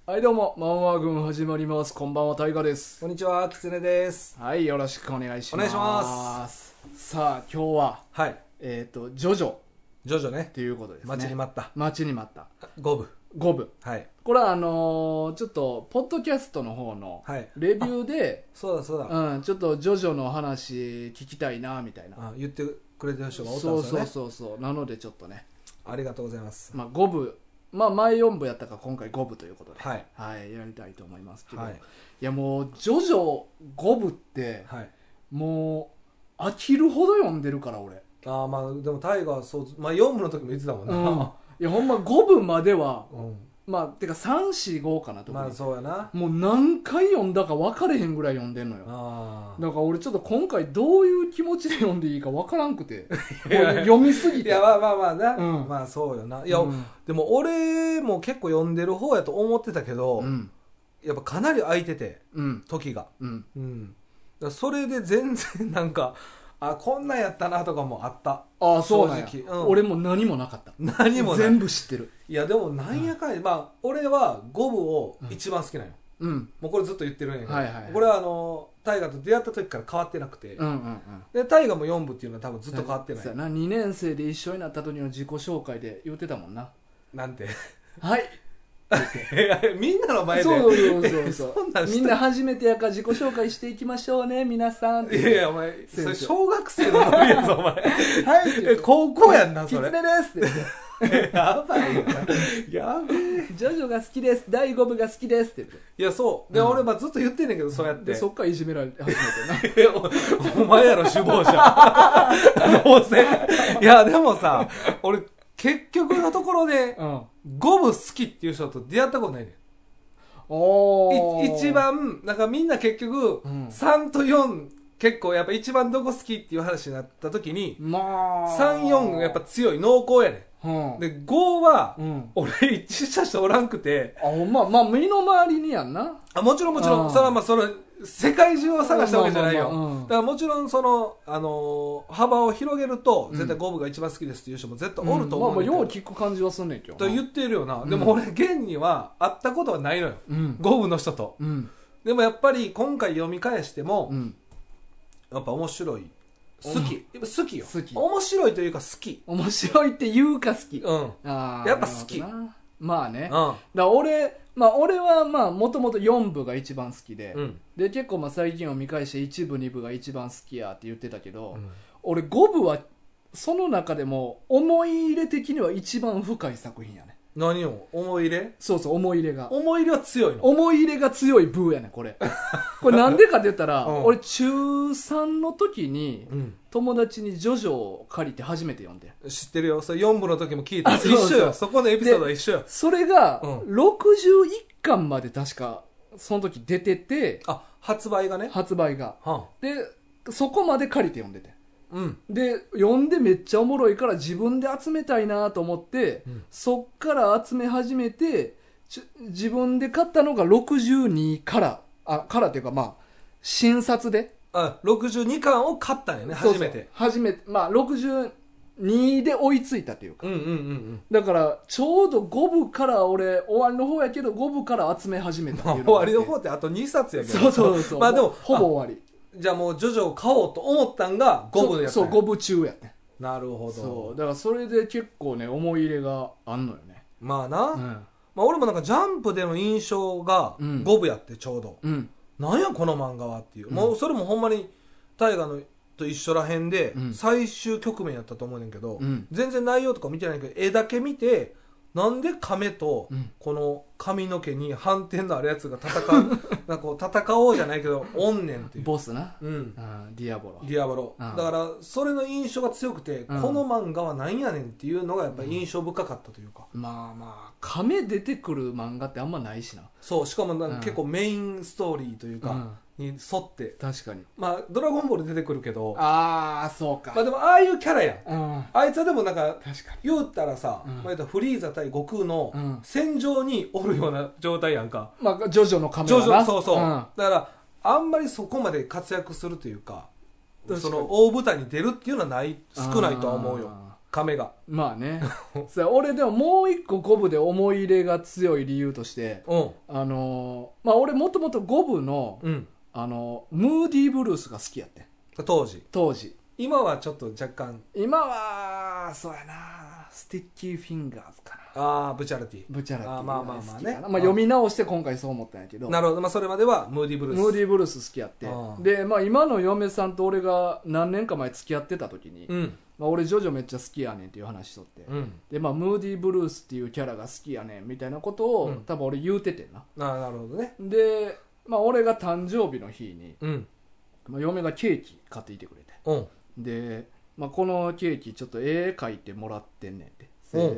はいどうも、漫画軍始まります。こんばんは、タイガです。 こんにちは、きつねです。 はい、よろしくお願いします。 お願いします。 さあ、今日は、 はい。 ジョジョジョジョね。 っていうことですね。 待ちに待った。 待ちに待った。 5部。 5部。 はい。 これはちょっと、ポッドキャストの方のはい。 レビューで、 そうだそうだ。 うん、ちょっとジョジョの話聞きたいな、みたいな。 言ってくれてる人がおったんですよね。 そう。なのでちょっとね。 ありがとうございます。 まあ5部。まあ前4部やったから今回5部ということで、 はい。 はい、やりたいと思いますけど、 はい。 いやもうジョジョ5部って、 はい。 もう飽きるほど読んでるから俺。 まあでもタイガーそう、まあ4部の時も言ってたもんな。 いやほんま5部までは、 うん。 まあてか345かなとか、 まあそうやな。 もう何回読んだか分かれへんぐらい読んでんのよ。だから俺ちょっと今回どういう気持ちで読んでいいか分からんくて読みすぎて。 いやまあな、 うん、 まあそうよな。いや、でも俺も結構読んでる方やと思ってたけど、やっぱかなり空いてて、時が、だからそれで全然なんかこんなんやったなとかもあった。 そうなんや、俺も何もなかった。 何もない。 全部知ってる。 いやでもなんやかんや、まあ俺は5部を一番好きなんよ。もうこれずっと言ってるんやけど、これは大河と出会った時から変わってなくて、で大河も4部っていうのは多分ずっと変わってない。 そうやな、2年生で一緒になった時の自己紹介で言ってたもんな。 なんてはいみんなの前でそうみんな初めてやから自己紹介していきましょうね皆さん。 いやお前それ小学生のノリやぞお前はい高校やんなそれ。 キツネですってやばいよな。やべえ。 ジョジョが好きです、第5部が好きですって言って。 いやそうで、俺ずっと言ってんねんけど、そうやってそっからいじめられ始めてなお前やろ首謀者どうせ。いやでもさ、俺結局のところで5部好きっていう人と出会ったことないねん。一番なんかみんな結局3と4結構やっぱ一番どこ好きっていう話になった時に、3、4やっぱ強い濃厚やねん。で5は俺一致した人おらんくて、 まあ身の回りにやんな。 もちろんそれはまあそれ世界中を探したわけじゃないよ。だからもちろんその幅を広げると絶対5部が一番好きですっていう人も絶対おると思う。 まあよう聞く感じはすんねんけどと言ってるよな。でも俺現には会ったことはないのよ、5部の人と。でもやっぱり今回読み返してもやっぱ面白い、好きよ。面白いというか好き。 面白いっていうか好き。 やっぱ好き。 まあね。だ俺はまあもともと4部が一番好きで、で結構まあ最近を見返して1部2部が一番好きやって言ってたけど、俺5部はその中でも思い入れ的には一番深い作品やね。 何を思い入れ？ そう思い入れが。 思い入れは強いの？思い入れが強い部やねこれ。これなんでかって言ったら、俺中3の時に友達にジョジョを借りて初めて読んで。 知ってるよ。それ4部の時も聞いた。一緒よ。そこのエピソードは一緒よ。 それが61巻まで確かその時出てて、 発売がね。 発売が。でそこまで借りて読んでて。で読んでめっちゃおもろいから自分で集めたいなと思って、そっから集め始めて自分で買ったのが62からっていうかまあ新冊で 62巻を買ったんよね。初めてまあ62で追いついたというか、だからちょうど5部から俺終わりの方やけど5部から集め始めたっていうの終わりの方ってあと2冊やけど、 そうまあでもほぼ終わり。 じゃあもうジョジョを買おうと思ったんが5部やった。 そう5部中やね。 なるほど。 そうだからそれで結構ね思い入れがあんのよね。 まあな、まあ俺もなんかジャンプでの印象が5部やってちょうど、なんやこの漫画はっていう、もうそれもほんまに大河のと一緒らへんで最終局面やったと思うねんけど、全然内容とか見てないけど絵だけ見て、なんで亀とこの髪の毛に斑点のあるやつが戦おうじゃないけどおんねんっていうボスな、ディアボロだからそれの印象が強くて、この漫画はなんやねんっていうのがやっぱり印象深かったというか、 まあ亀出てくる漫画ってあんまないしな。 そうしかも結構メインストーリーというか、に沿って。 確かに。 まあドラゴンボール出てくるけど、 そうか。 まあでもああいうキャラやん、あいつはでもなんか確かに言ったらさ、まあ、フリーザ対悟空の戦場におるような状態やんか、 まあジョジョのカメラな。 そう、だからあんまりそこまで活躍するというか、その大舞台に出るっていうのは少ないとは思うよ。 亀が。 まあねそう、俺でももう一個五分で思い入れが強い理由として、まあ俺もともと五分の、ムーディーブルースが好きやって。当時。 今はちょっと若干。 今はそうやな、スティッキーフィンガーズかな。 ブチャラティ。 まあまあね。 まあ読み直して今回そう思ったんやけど。 なるほど。まあそれまではムーディーブルース好きやって。で、まあ今の嫁さんと俺が何年か前付き合ってた時に、まあ俺ジョジョめっちゃ好きやねんっていう話しとって。で、まあムーディーブルースっていうキャラが好きやねんみたいなことを、多分俺言うててんな。 なるほどね。 で、まあ俺が誕生日の日に、まあ嫁がケーキ買っていてくれて。で、まあ、このケーキちょっと絵描いてもらってんねんって。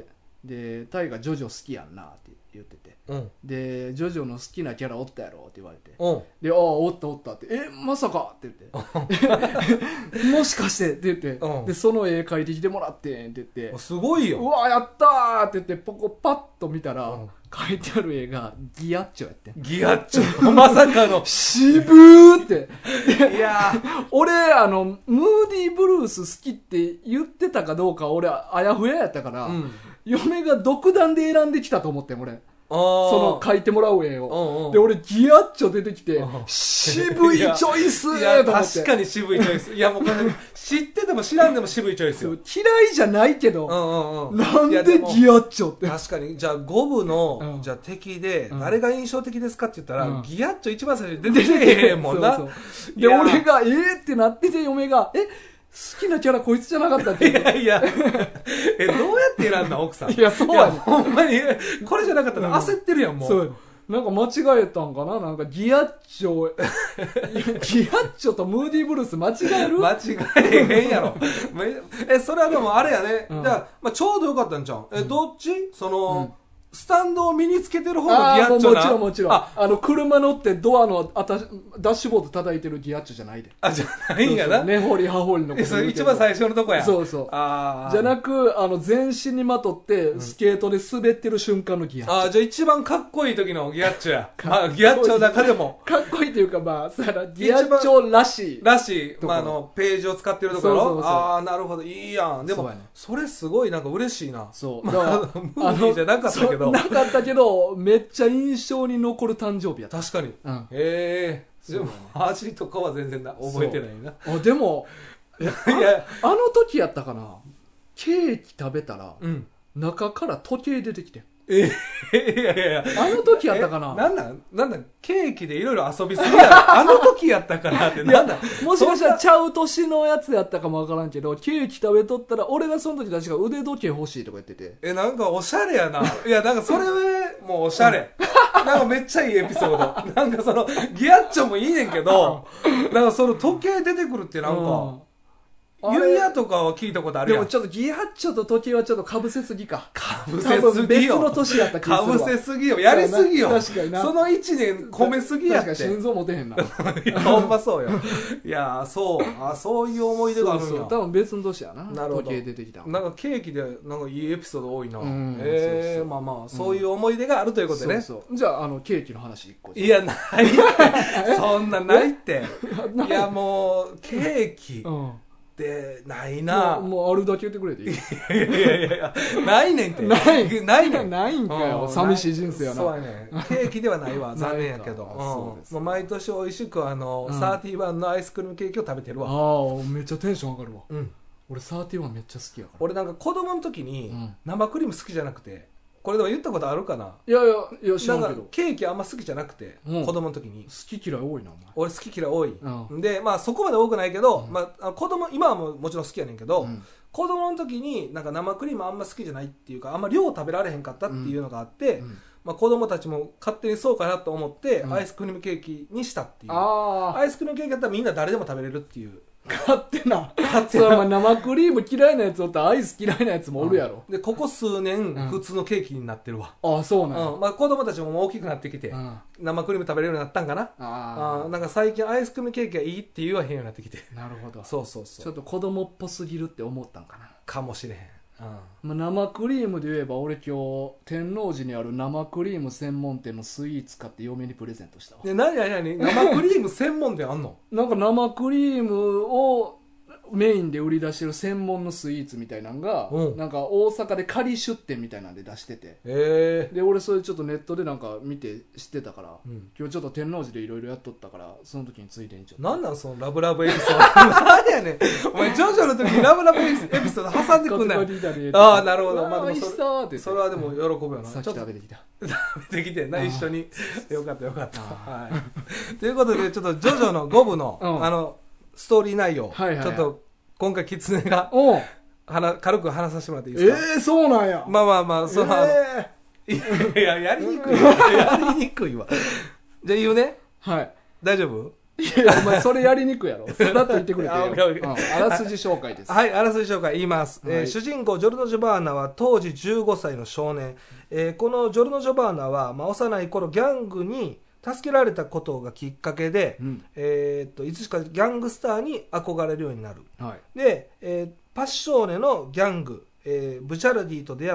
でタイがジョジョ好きやんなって言ってて、でジョジョの好きなキャラおったやろって言われて、でおったってまさかって言ってもしかしてって言って、でその絵描いてきてもらってんって言って、 すごいよ、 うわやったーって言ってパッと見たら、書いてある絵がギアッチョやって。 ギアッチョまさかの渋ーって。 いや俺ムーディーブルース好きって言ってたかどうか俺あやふややったから、嫁が独断で選んできたと思ってん俺。その書いてもらう絵を、で俺ギアッチョ出てきて、渋いチョイスーと思って。 確かに渋いチョイス。いやもうこれ知ってても知らんでも渋いチョイスよ。 嫌いじゃないけど、なんでギアッチョって。 確かに。じゃあ五部の、じゃあ敵で誰が印象的ですかって言ったら、ギアッチョ一番最初に出てけえへんもんな。 で俺がってなってて、嫁が好きなキャラこいつじゃなかったって。 いやどうやって選んだ奥さん。 いやそうやね、 ほんまにこれじゃなかったら焦ってるやんもう。 そうなんか間違えたんかな、なんかギアッチョとムーディーブルース間違える？ 間違えへんやろ。それはでもあれやね。じゃあまあちょうどよかったんちゃう？どっち？そのスタンドを身につけてる方のギアッチョな。 もちろん。車乗ってドアのダッシュボード叩いてるギアッチョじゃないで。 じゃないんやな。 根掘り葉掘りのこと。 それ一番最初のとこや。 そう。じゃなく、全身にまとって、スケートで滑ってる瞬間のギアッチョ。 じゃあ一番かっこいい時のギアッチョや。ギアッチョの中でも。 かっこいいというか、ギアッチョらしい。 ページを使ってるところ。なるほど。いいやん。でも、それすごいなんか嬉しいな。 そう。 ムーディーじゃなかったけど。 なかったけどめっちゃ印象に残る誕生日やった。 確かに。でも味とかは全然覚えてないな。 でもあの時やったかな、ケーキ食べたら、中から時計出てきて、いやあの時やったかな。 なんだケーキでいろいろ遊びすぎやろ。あの時やったかなって。なんだもしかしたらちゃう年のやつやったかもわからんけど、ケーキ食べとったら俺がその時確か腕時計欲しいとか言ってて、 なんかおしゃれやな。いやなんかそれもうおしゃれ。なんかめっちゃいいエピソード。なんかそのギアッチョもいいねんけど、なんかその時計出てくるってなんか、ユヤとかは聞いたことあるやん。 でもちょっとギアッチョと時計はちょっと被せすぎか。 被せすぎよ。 別の年やった気がするわ。 被せすぎよ。やりすぎよ。 確かにな。 その1年込めすぎやって。 確かに心臓持てへんな。 ほんまそうよ。いやそういう思い出があるんや。 多分別の年やな。 なるほど。 時計出てきた。 なんかケーキでなんかいいエピソード多いな。まあそういう思い出があるということでね。 じゃあケーキの話1個。 いやないって。そんなないって。いやもうケーキ。でないな。 もうあるだけ言ってくれていい？ いやないねんってないんかよ。寂しい人生やな。 そうやね。ケーキではないわ。残念やけど。もう毎年美味しく31のアイスクリームケーキを食べてるわ。 めっちゃテンション上がるわ。俺31めっちゃ好きやから。 俺なんか子供の時に生クリーム好きじゃなくて、これでも言ったことあるかな。 いや知らんけど、 ケーキあんま好きじゃなくて、子供の時に。 好き嫌い多いなお前。 俺好き嫌い多い、でまあそこまで多くないけど、子供今はもちろん好きやねんけど、子供の時になんか生クリームあんま好きじゃないっていうか、あんま量食べられへんかったっていうのがあって、子供たちも勝手にそうかなと思って、アイスクリームケーキにしたっていう。アイスクリームケーキだったらみんな誰でも食べれるっていう。 勝手な。生クリーム嫌いなやつおったらアイス嫌いなやつもおるやろ。 でここ数年普通のケーキになってるわ。 そうなん。 子供たちも大きくなってきて、生クリーム食べれるようになったんかな。なんか最近アイスクリームケーキがいいって言わへんようになってきて。 なるほど。 そうちょっと子供っぽすぎるって思ったんかな。 かもしれへん。 生クリームで言えば俺今日天王寺にある生クリーム専門店のスイーツ買って嫁にプレゼントしたわ。 何生クリーム専門店あんの？ なんか生クリームをメインで売り出してる専門のスイーツみたいなのが、なんか大阪で仮出店みたいなんで出してて、で俺それちょっとネットでなんか見て知ってたから、今日ちょっと天王寺でいろいろやっとったから、その時についでにちょっと。 なんなんそのラブラブエピソード何やねんお前ジョジョの時にラブラブエピソード挟んでくんなよああなるほど、まあでもそれはでも喜ぶよな。 さっき食べてきた食べてきてな一緒によかったよかった、はい、ということでちょっとジョジョの5部のストーリー内容、ちょっと今回キツネが軽く話させてもらっていいですか。 そうなんや。 まあまあまあその、いややりにくいわやりにくいわ。じゃあ言うね。 はい。 大丈夫？ いやお前それやりにくいやろ。さらっと言ってくれてよ。あらすじ紹介です。 はい、あらすじ紹介言います。主人公ジョルノ・ジョバーナは当時15歳の少年。このジョルノ・ジョバーナは、幼い頃ギャングに助けられたことがきっかけで、いつしかギャングスターに憧れるようになる。で、パッショーネのギャング、ブチャルディと出会って、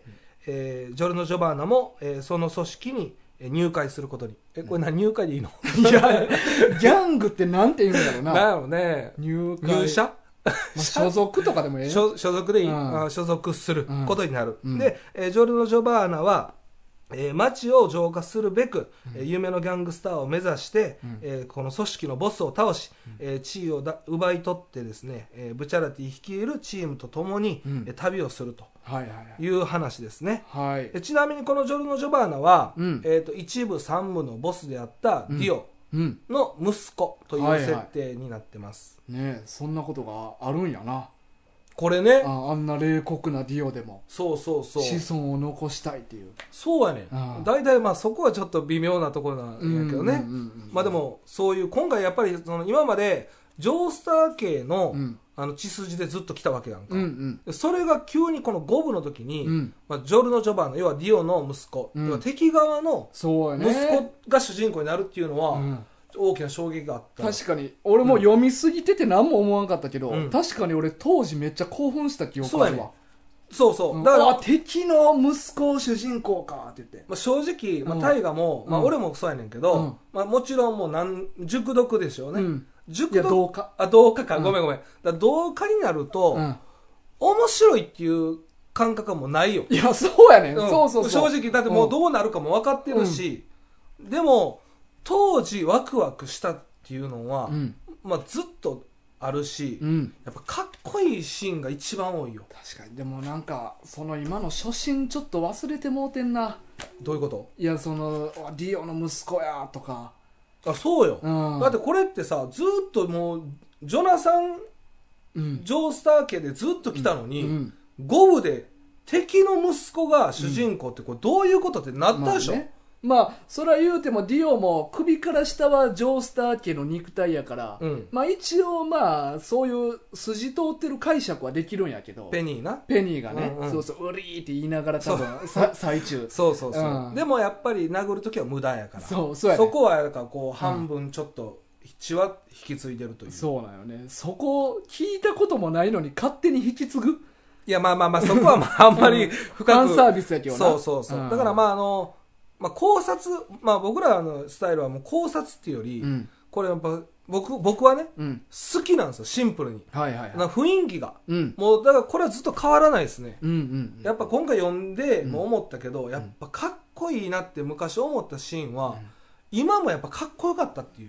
ジョルノ・ジョバーナも、その組織に入会することに。これ入会でいいの？ いや、ギャングってなんて言うんだろうな。 なんやろね。入社所属とかでもいい？ 所属でいい、所属することになる。で、ジョルノ・ジョバーナは、街を浄化するべく、夢のギャングスターを目指して、この組織のボスを倒し、地位を奪い取ってですね、ブチャラティ率いるチームと共に、旅をするという話ですね。ちなみにこのジョルノ・ジョバーナは、一部三部のボスであったディオの息子という設定になってます。 ねえ、そんなことがあるんやな。 これね、 あんな冷酷なディオでもそう子孫を残したいっていう。 そうやねん。大体まあそこはちょっと微妙なところなんやけどね。まあでもそういう今回やっぱりその今までジョースター系の、血筋でずっと来たわけやんか、それが急にこの5部の時に、ジョルノ・ジョバーナ要はディオの息子、要は敵側の息子が主人公になるっていうのは、大きな衝撃があった。 確かに俺も読みすぎてて何も思わんかったけど、確かに俺当時めっちゃ興奮した記憶あるわ。 そうだから敵の息子主人公かって言って、 正直、大河も、俺もそうやねんけど、もちろんもう熟読でしょうね、熟読。同化か、ごめんだ同化になると、面白いっていう感覚はもうないよ。 いやそうやねん、そう正直だってもうどうなるかも分かってるし、でも当時ワクワクしたっていうのは、ずっとあるし、やっぱかっこいいシーンが一番多いよ。 確かに。でもなんかその今の初心ちょっと忘れてもうてんな。 どういうこと？ いやそのディオの息子やとか。 そうよ、だってこれってさずっともうジョナサン、ジョースター家でずっと来たのに、5部で敵の息子が主人公ってこれどういうことってなったでしょ。 それは言うてもディオも首から下はジョースター家の肉体やから、一応そういう筋通ってる解釈はできるんやけど、ペニーがね、そうそうウリーって言いながら多分最中でもやっぱり殴るときは無駄やから、そこはやからこう半分ちょっと血は引き継いでるという。 そうなんよね。そこ聞いたこともないのに勝手に引き継ぐ。 いやそこはあんまり深くファンサービスやけどな。 だから考察、僕らのスタイルはもう考察っていうより、これやっぱ僕はね、好きなんですよ、シンプルに。雰囲気が、もうだからこれはずっと変わらないですね。やっぱ今回読んでも思ったけど、やっぱかっこいいなって昔思ったシーンは、今もやっぱかっこよかったっていう。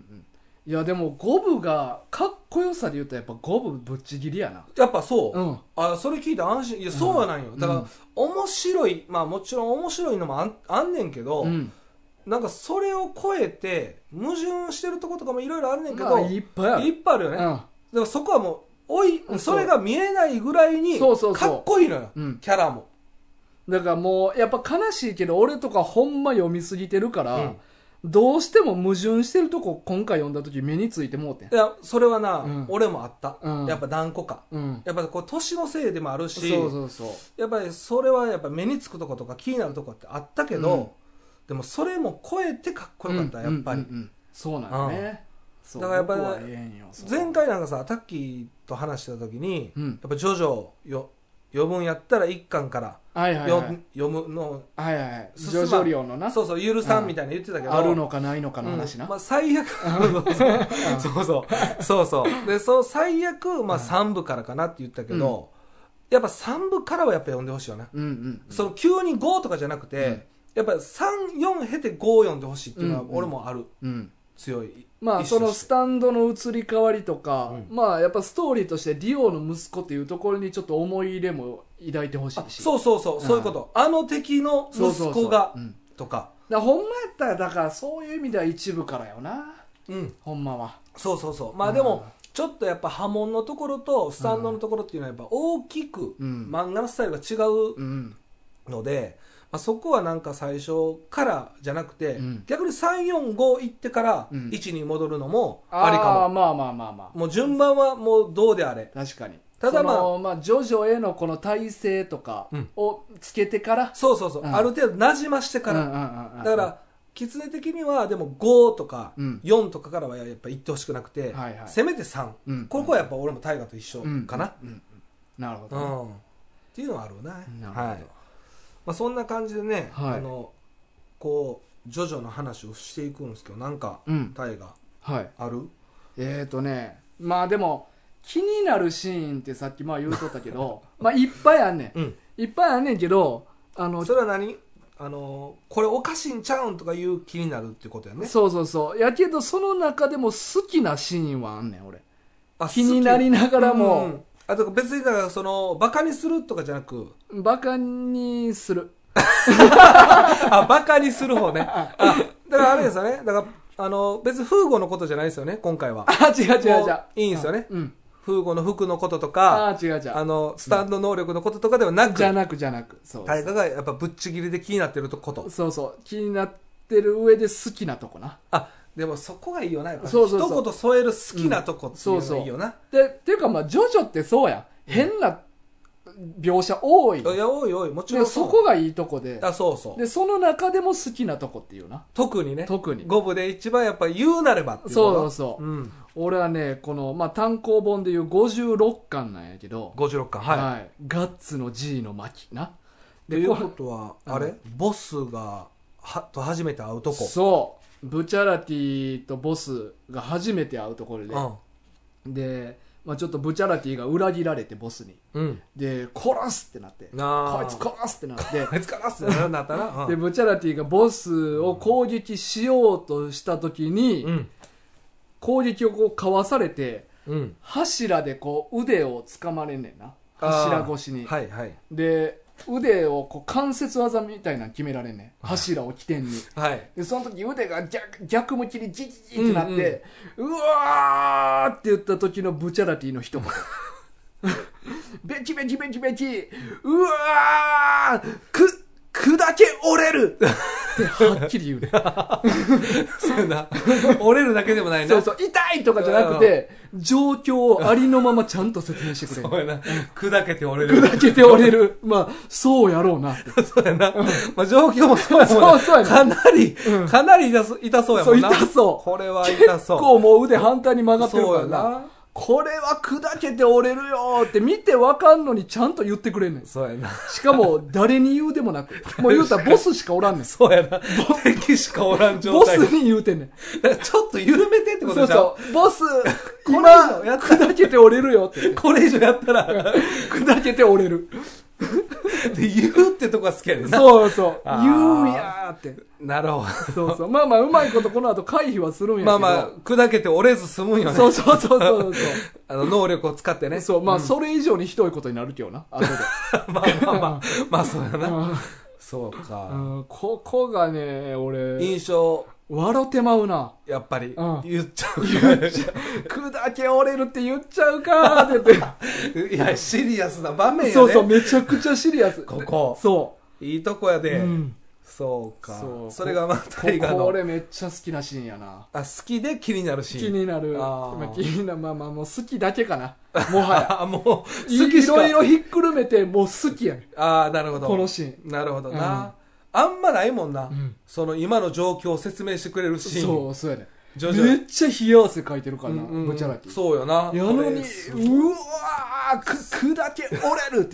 いやでも5部がかっこよさで言うとやっぱ5部ぶっちぎりやな。 やっぱそう、それ聞いて安心。いやそうやなんよ。だから面白い、もちろん面白いのもあんねんけど、なんかそれを超えて矛盾してるとことかもいろいろあるねんけど、 いっぱいあるよね。だからそこはもうそれが見えないぐらいにかっこいいのよ、キャラも。 だからもうやっぱ悲しいけど俺とかほんま読みすぎてるから、どうしても矛盾してるとこ今回読んだ時目についてもうてん。 いやそれはな、俺もあった、やっぱ何個か、やっぱこう年のせいでもあるし、やっぱりそれはやっぱ目につくとことか気になるとこってあったけど、でもそれも超えてかっこよかった、やっぱり。 そうなんよね。 だからやっぱり前回なんかさタッキーと話してた時に、やっぱジョジョ読むんやったら一巻からはいはいはい、 読むの、 はいはい、ジョジョ寮のな、 そうそう許さんみたいな言ってたけど、 あるのかないのかの話な、 まあ、最悪そうでそう最悪、まあ、3部からかなって言ったけど、やっぱ3部からはやっぱ読んでほしいよな、その急に5とかじゃなくて、やっぱり3、4経て5を読んでほしいっていうのは俺もある、強い。 まあそのスタンドの移り変わりとか、まあやっぱストーリーとしてディオの息子っていうところにちょっと思い入れも抱いてほしいし、 そういうこと、あの敵の息子がとか、 ほんまやったらだからそういう意味では一部からよな、ほんまは。 そうまあでも、ちょっとやっぱ波紋のところとスタンドのところっていうのはやっぱ大きく漫画のスタイルが違うので、まあ、そこはなんか最初からじゃなくて、逆に3、4、5行ってから1に戻るのもありかも。 まあもう順番はもうどうであれ。 確かに。 ただまあジョジョへのこの体制とかをつけてから、 そう、ある程度なじましてから。だから狐的にはでも5とか4とかからはやっぱ行ってほしくなくて、せめて3、ここはやっぱ俺も大河と一緒かな。 なるほど、 っていうのはあるね。 はい。 まあ、そんな感じでね、こうジョジョの話をしていくんですけど、なんか大河ある？ まあでも気になるシーンってさっきまあ言うとったけどまあいっぱいあんねん、いっぱいあんねんけど、 それは何？これおかしいんちゃうんとかいう気になるってことやね。 そうやけど、その中でも好きなシーンはあんねん俺。気になりながらも、 だから別にだからそのバカにするとかじゃなく、 バカにするバカにする方ね。だからあれですよね、だから別にフーゴのことじゃないですよね今回は。 違ういいんですよね、フーゴの服のこととか、 違うスタンド能力のこととかではなく、 じゃなく大河がやっぱぶっちぎりで気になってること、 気になってる上で好きなとこな。 でもそこがいいよな、やっぱ一言添える好きなとこっていうのがいいよな。 っていうかまあジョジョってそうや、変な描写多い。 いや多いもちろんそこがいいとこで、 そうでその中でも好きなとこっていうな、 特に5部で一番やっぱ言うなればっていうの俺はねこの、まあ、単行本でいう56巻なんやけど、 56巻ガッツの G の巻な。 ということはあれ、ボスがと初めて会うとこ、 そうブチャラティとボスが初めて会うところで、で、まあ、ちょっとブチャラティが裏切られてボスに、で殺すってなって、こいつ殺すってなってこいつ殺すってなったな、 でブチャラティがボスを攻撃しようとした時に、攻撃をこうかわされて、柱でこう腕を掴まれんねんな、柱越しに、で腕をこう関節技みたいなの決められんねん、柱を起点に、でその時腕が逆向きにジジジってなって、うわーって言った時のブチャラティの一言ベチベチベチベチ、うわー砕け折れるってはっきり言うねそうな、折れるだけでもないな、 痛いとかじゃなくて、状況をありのままちゃんと説明してくれる。 そうやな、砕けて折れる、 砕けて折れる、まあそうやろうなって。 そうやな、まあ状況もそうやもんな、 そうやな、 かなり痛そうやもんな。 痛そう、 これは痛そう、 結構もう腕反対に曲がってるからな。そうやな、 これは砕けて折れるよって見てわかんのにちゃんと言ってくれんねん。 そうやな。 しかも誰に言うでもなく、もう言うたらボスしかおらんねん。 そうやな。敵しかおらん状態。 ボスに言うてんねん。 だからちょっと緩めてってことじゃん。 そうボス、今砕けて折れるよって。 これ以上やったら砕けて折れる。 で言うってとこが好きやねんな。 そう言うんやーって。 なるほど。そうまあうまいことこの後回避はするんやけど、 まあ砕けて折れず済むんよね。 そう能力を使ってね。 まあそれ以上にひどいことになるけどな、後でまあそうやな。そうか、 ここがね俺印象笑ってまうな、 やっぱり、言っちゃう砕け折れるって言っちゃうかーって言っていやシリアスな場面やね。 そうめちゃくちゃシリアス、 ここそういいとこやで、そうか、それがまあ大河のこれめっちゃ好きなシーンやな。 好きで気になるシーン、 気になる、まあもう好きだけかな、もはやもう好きしかいろいろひっくるめてもう好きやねん。 なるほど、 このシーンなるほどな、あんまないもんな、その今の状況を説明してくれるシーン。 そうやね、めっちゃ冷や汗かいてるからな、ブチャラティ。 そうよな。 やのにうわー砕け折れるっていうね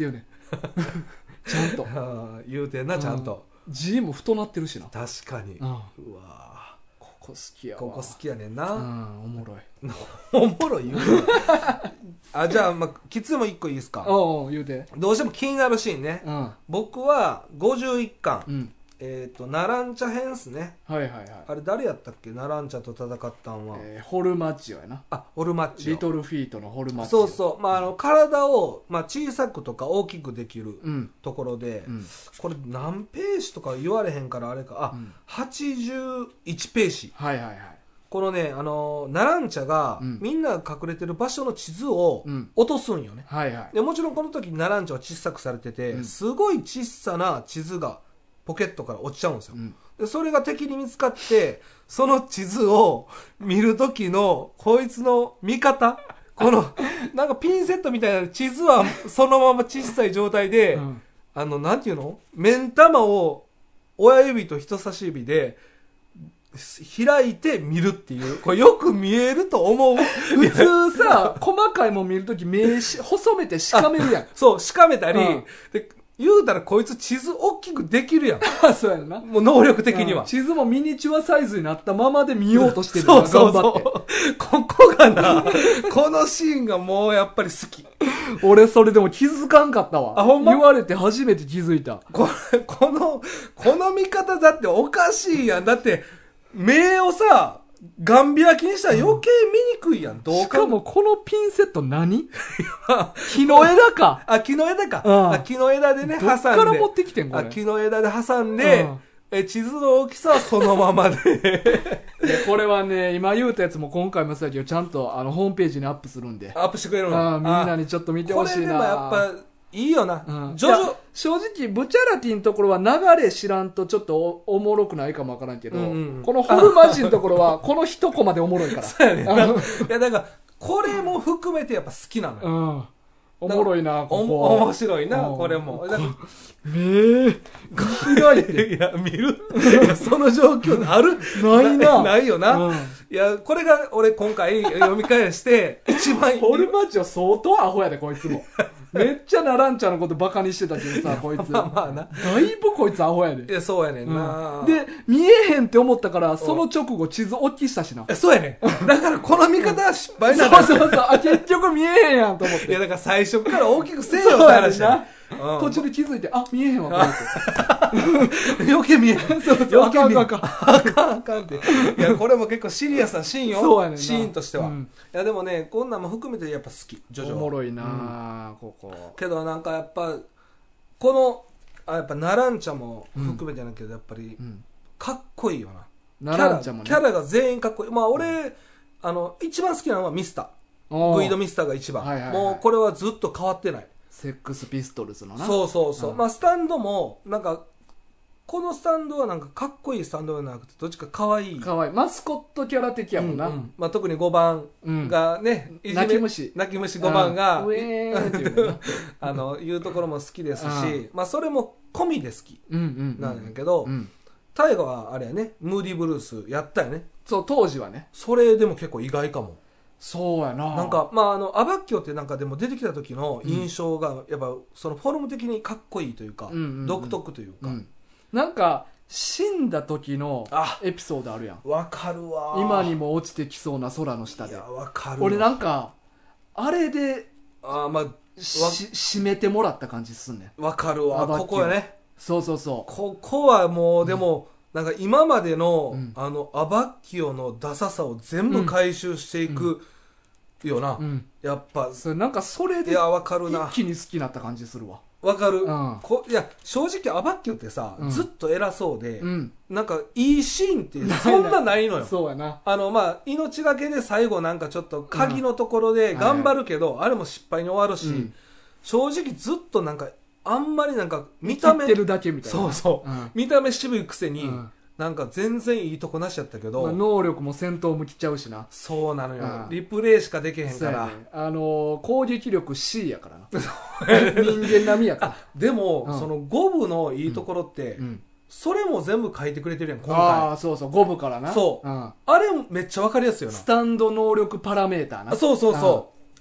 ちゃんと言うてんなちゃんと、 字も太なってるしな。 確かに、うわここ好きやわ。 ここ好きやねんな、 おもろい。 おもろい言うなじゃあ、きついも1個いいですか。 言うて。 どうしても気になるシーンね、僕は51巻、ナランチャ編っすね。 はいはいはい。 あれ誰やったっけ、ナランチャと戦ったんは、 ホルマッチオやな。 ホルマッチオ、 リトルフィートのホルマッチオ。 そうそう、体を、小さくとか大きくできるところで、これ何ページとか言われへんからあれか、81ページ。 はいはいはい。 このね、ナランチャが、みんなが隠れてる場所の地図を落とすんよね、 はいはい。 でもちろんこの時ナランチャは小さくされてて、すごい小さな地図がポケットから落ちちゃうんですよ、でそれが敵に見つかってその地図を見る時のこいつの見方、このなんかピンセットみたいな地図はそのまま小さい状態で、なんていうの、目ん玉を親指と人差し指で開いて見るっていう、これよく見えると思う。 普通さ、細かいもん見るとき目細めてしかめるやん。 そう、しかめたり、で言うたらこいつ地図大きくできるやん。 そうやな。 もう能力的には。 地図もミニチュアサイズになったままで見ようとしてるから、 そう頑張って。 ここがな、このシーンがもうやっぱり好き。 俺それでも気づかんかったわ。 ほんま？ 言われて初めて気づいた。 この見方だっておかしいやん。だって、目をさ、ガン開きにしたら余計見にくいやん。どうしかもこのピンセット何木の枝か。 木の枝か。木の枝でね、挟んで。 どっから持ってきてんこれ。 木の枝で挟んで、地図の大きさはそのままで。 これはね、今言うたやつも今回もそうやけど、ちゃんとホームページにアップするんで。 アップしてくれるの？ みんなにちょっと見てほしいな。 これでもやっぱ、いいよな。 正直、ブチャラティのところは流れ知らんとちょっと おもろくないかもわからんけど、このホルマジのところは、この一コマでおもろいから。 そうやね。いや、だから、これも含めてやっぱ好きなのよ。 おもろいな、ここ。 面白いな、これも。 目開いて。 いや、見るその状況あるないな。 ないよな。いや、これが俺今回読み返して、一番ホルマジは相当アホやで、こいつも。めっちゃナランチャのことバカにしてたけどさ、こいつ。だいぶこいつアホやで。 いや、そうやねんな。 で、見えへんって思ったから、その直後地図大きしたしな。 そうやねん。だからこの見方は失敗なんだ。 そうそうそう。結局見えへんやんと思って。 いや、だから最初から大きくせえよって話だ。 途中で気づいて、見えへんわ、こいつ。余計見えへん。 そうそう、 余計見えへん。 あかんって。いや、これも結構シリアスなシーンよ。 そうやねんな。 シーンとしては。いや、でもね、こんなんも含めてやっぱ好き。ジョジョ。 おもろいなここ。 けどなんかやっぱ、この、やっぱナランチャも含めてなんだけど、やっぱり、かっこいいよな。 ナランチャもね。 キャラが全員かっこいい。俺、一番好きなのはミスター。グイドミスターが一番。もうこれはずっと変わってない。 セックスピストルズのな。 そうそうそう。スタンドも、なんか、このスタンドはなんかかっこいいスタンドじゃなくて、どっちか可愛い。 可愛い。マスコットキャラ的やもんな。 特に5番がね、 泣き虫 5番が、 ウェーンっていうところも好きですし、それも込みで好きなんやけど、大河はあれやね、ムーディーブルースやったよね。 そう、当時はね。 それでも結構意外かも。 そうやな。 なんか、アバッキョってなんかでも出てきた時の印象が、やっぱそのフォルム的にかっこいいというか、独特というか。 なんか、死んだ時のエピソードあるやん。 わかるわ。 今にも落ちてきそうな空の下で。 いや、わかる。 俺なんか、あれで、締めてもらった感じすんねん。わかるわ。ここやね。 そうそうそう。 ここはもう、でも、なんか今までの、アバッキオのダサさを全部回収していくよな。やっぱ。 なんかそれで、一気に好きになった感じするわ。 わかる。いや、正直アバッキオってさ、ずっと偉そうで、なんかいいシーンってそんなないのよ。 そうやな。 命がけで最後なんかちょっと鍵のところで頑張るけど、あれも失敗に終わるし、正直ずっとなんか、あんまりなんか見た目。見てるだけみたいな。 そうそう。見た目渋いくせに、なんか全然いいとこなしやったけど、 能力も戦闘も来ちゃうしな。 そうなのよ。リプレイしかできへんから。 攻撃力 C やからな。人間並みやから。 でも、その5部のいいところって、それも全部書いてくれてるやん、今回。 そうそう、5部からな。 そう。あれめっちゃわかりやすいよな。 スタンド能力パラメーターな。 そうそうそう。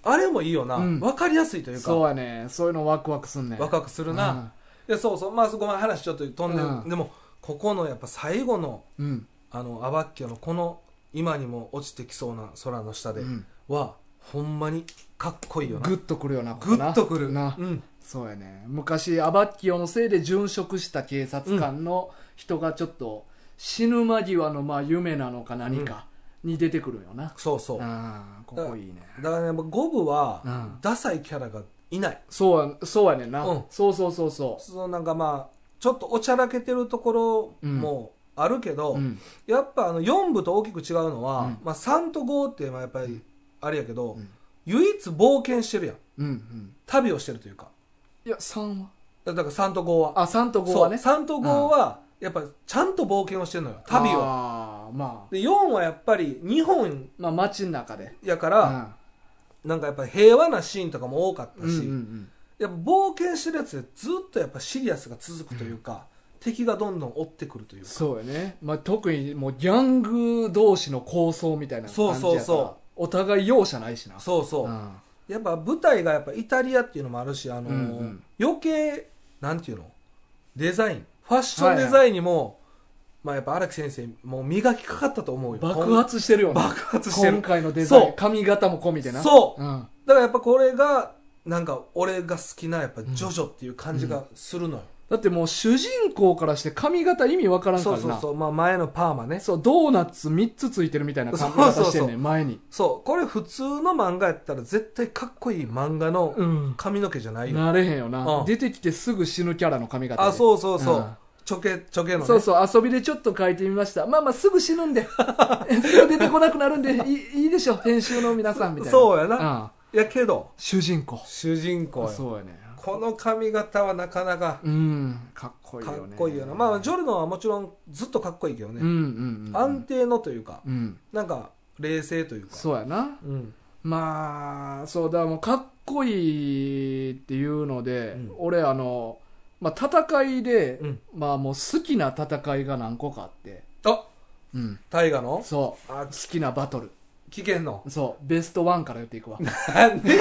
あれもいいよな、分かりやすいというか。 そうやね、そういうのワクワクすんねん。 ワクワクするな。いや、そうそう、まあごめん、話ちょっと飛んでる。でもここのやっぱ最後のアバッキョのこの今にも落ちてきそうな空の下では、ほんまにかっこいいよな。 グッとくるよな。 グッとくるな。そうやね。昔アバッキオのせいで殉職した警察官の人がちょっと死ぬ間際のまあ夢なのか何かに出てくるよな。 そうそう。 ここいいね。 だからね、ゴブはダサいキャラがいない。 そうやねんな。そうなんかまあちょっとおちゃらけてるところもあるけど、やっぱ4部と大きく違うのは、まあ3と5ってやっぱりあれやけど、唯一冒険してるやん。旅をしてるというか。 いや、3はだから3と5は。 3と5はね。 3と5は、やっぱちゃんと冒険をしてるのよ。旅を。で、4はやっぱり日本。 まあ街の中で。 やから、なんかやっぱり平和なシーンとかも多かったし、やっぱ冒険してるやつでずっとやっぱシリアスが続くというか、敵がどんどん追ってくるというか。 そうやね。まあ特にもうギャング同士の抗争みたいな感じやから。そう。お互い容赦ないしな。 そうそう。やっぱ舞台がやっぱイタリアっていうのもあるし、余計なんていうのデザインファッションデザインにも、まあやっぱ荒木先生もう磨きかかったと思うよ。 爆発してるよね。 爆発してる。 今回のデザイン、髪型も込みでな。 そう、だからやっぱこれがなんか俺が好きなやっぱジョジョっていう感じがするのよ。 だってもう主人公からして髪型意味わからんからな。 まあ前のパーマね。 そう、ドーナツ3つついてるみたいな髪型してんねん、前に。 そう、これ普通の漫画やったら絶対かっこいい漫画の髪の毛じゃないよ。 なれへんよな。出てきてすぐ死ぬキャラの髪型。 そう。ちょけのね。 そう遊びでちょっと書いてみました。まあすぐ死ぬんで。すぐ出てこなくなるんで、いいでしょ、編集の皆さんみたいな。 そうやな。やけど。 主人公や。 そうやね。 この髪型はなかなかかっこいいよね。 かっこいいよな。まあジョルノはもちろんずっとかっこいいけどね。安定のというか、なんか冷静というか。 そうやな。まあそうだ、もうかっこいいっていうので、俺まあ戦いで、まあもう好きな戦いが何個かあって。 大河の？ そう。好きなバトル。 聞けんの？ そう。ベスト1から言っていくわ。 なんで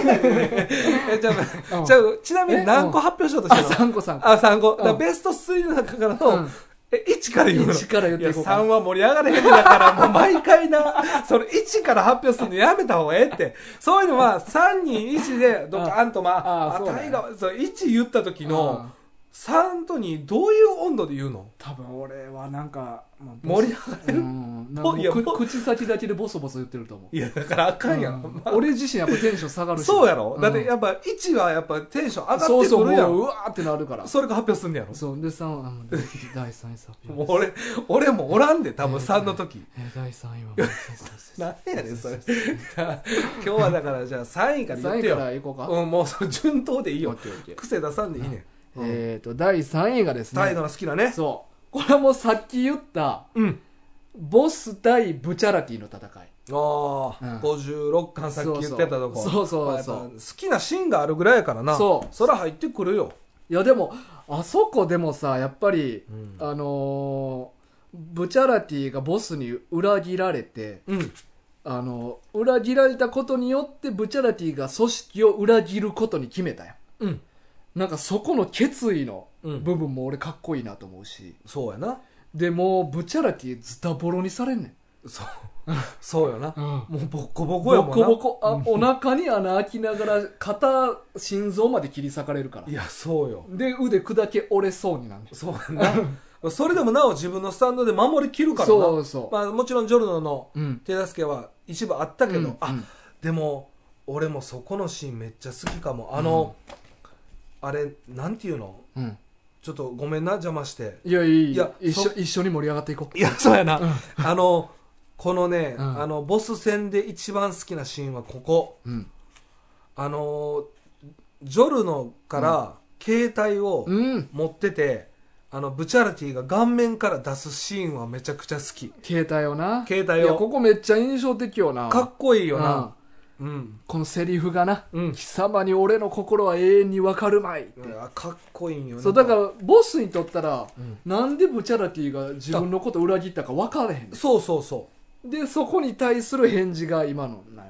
ちなみに何個発表しようとしてるの？ 3個。 3個。ベスト3の中からの、1から言うの？ 1から言っていこうか。 3は盛り上がれへんだから、もう毎回な、それ1から発表するのやめた方がええって。そういうのは3、2、1でドカーンと大河、1言った時の、3と2どういう温度で言うの？ 多分俺はなんか盛り上がる口先だけでボソボソ言ってると思う。 いやだからあかんやん、 俺自身やっぱテンション下がるし。 そうやろ、だってやっぱ1はやっぱテンション上がってくるやん。 そうもううわーってなるから。 それが発表すんねやろ。 そうで3は第3位発表。 もう俺もおらんで多分3の時、 第3位は何やねんそれ今日はだからじゃあ3位から言ってよ。 3位からいこうか。 もうその順当でいいよ。癖出さんでいいねん。 第3位がですね、 大河の好きなね。 そう、これはもうさっき言った、ボス対ブチャラティの戦い。 56巻さっき言ってたとこ。 そう好きなシーンがあるぐらいやからな。そら入ってくるよ。 いやでもあそこでもさ、やっぱり、ブチャラティがボスに裏切られて、裏切られたことによってブチャラティが組織を裏切ることに決めたよ。なんかそこの決意の部分も俺かっこいいなと思うし。 そうやな。 でもうブチャラティズタボロにされんねん。 そうよな、もうボッコボコやもんな。 ボコボコ。お腹に穴開きながら心臓まで切り裂かれるから。 いやそうよ。 で腕砕け折れそうになる。 そうやなそれでもなお自分のスタンドで守りきるからな。まあもちろんジョルノの手助けは一部あったけど、でも俺もそこのシーンめっちゃ好きかも。あれなんていうの、ちょっとごめんな邪魔して。 いや一緒に盛り上がっていこう。 いやそうやな、このね、ボス戦で一番好きなシーンはここ、ジョルノから携帯を持ってて、ブチャラティが顔面から出すシーンはめちゃくちゃ好き。 携帯をな。 携帯を。 いやここめっちゃ印象的よな。 かっこいいよな。 このセリフがな、貴様に俺の心は永遠に分かるまいって。 かっこいいんよね。 そうだからボスにとったら、なんでブチャラティが自分のこと裏切ったか分からへん。 そうでそこに対する返事が今のなよ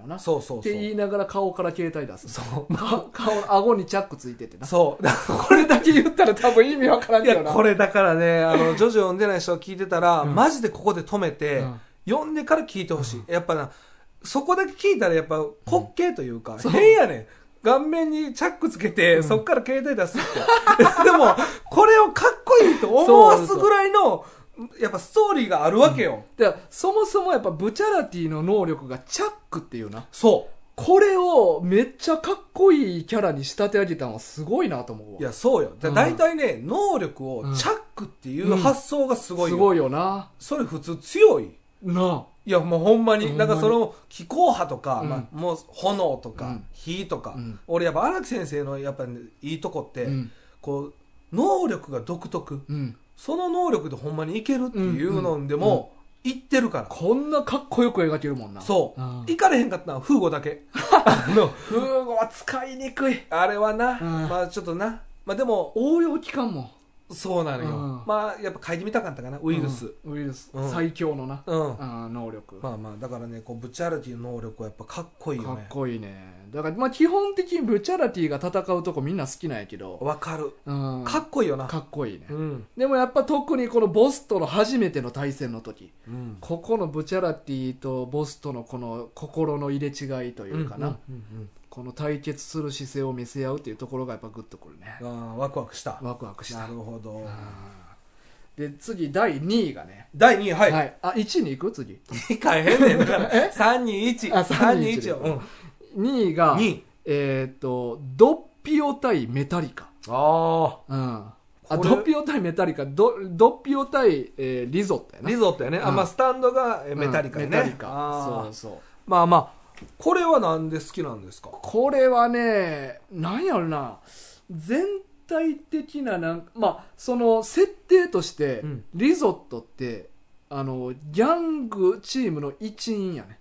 よな。 そうそうそう。 って言いながら顔から携帯出す。 そう。 顎にチャックついててな。 そう。 これだけ言ったら多分意味わからんけどな。 いや、これだからね、ジョジョ読んでない人が聞いてたら、マジでここで止めて、読んでから聞いてほしい。やっぱな、そこだけ聞いたらやっぱ滑稽というか、変やねん。顔面にチャックつけて、そっから携帯出すって。でも、これをかっこいいと思わすぐらいの、やっぱストーリーがあるわけよ。 だからそもそもやっぱブチャラティの能力がチャックっていうな。 そう。 これをめっちゃかっこいいキャラに仕立て上げたのはすごいなと思うわ。 いや、そうよ。だいたいね、能力をチャックっていう発想がすごいよ。 すごいよな。 それ普通強い。 なあ。 いや、もうほんまに。なんかその、気候派とか、もう炎とか、火とか。俺やっぱ荒木先生のやっぱいいとこって、こう、能力が独特。その能力でほんまにいけるっていうのでも、言ってるから。 こんなかっこよく描けるもんな。 そう。いかれへんかったのはフーゴだけ。 フーゴは使いにくい。 あれはな、まあちょっとな。まあでも、 応用期間も。 そうなのよ。まあやっぱ書いてみたかったかな、ウイルス。 ウイルス。最強のな。能力。 まあまあ、だからね、こう、ブチャラティの能力はやっぱかっこいいよね。 かっこいいね。だからまあ基本的にブチャラティが戦うとこみんな好きなんやけど。 わかる。かっこいいよな。 かっこいいね。でもやっぱ特にこのボスとの初めての対戦の時。ここのブチャラティとボスとのこの心の入れ違いというかな。この対決する姿勢を見せ合うっていうところがやっぱグッとくるね。 ワクワクした。 ワクワクした。 なるほど。 で、次、第2位がね。 第2位、はい。はい。 あ、1位に行く次。 2回変ねんだから。3、2、1。 あ、3、2、1よ。2位が、ドッピオ対メタリカ。 ああ。ドッピオ対メタリカ。ドッピオ対リゾットやな。 リゾットやね。まあ、スタンドがメタリカやね。 メタリカ。そうそう。 まあまあ、これはなんで好きなんですか？ これはね、なんやろな、全体的なまあ、その設定として、リゾットって、ギャングチームの一員やね。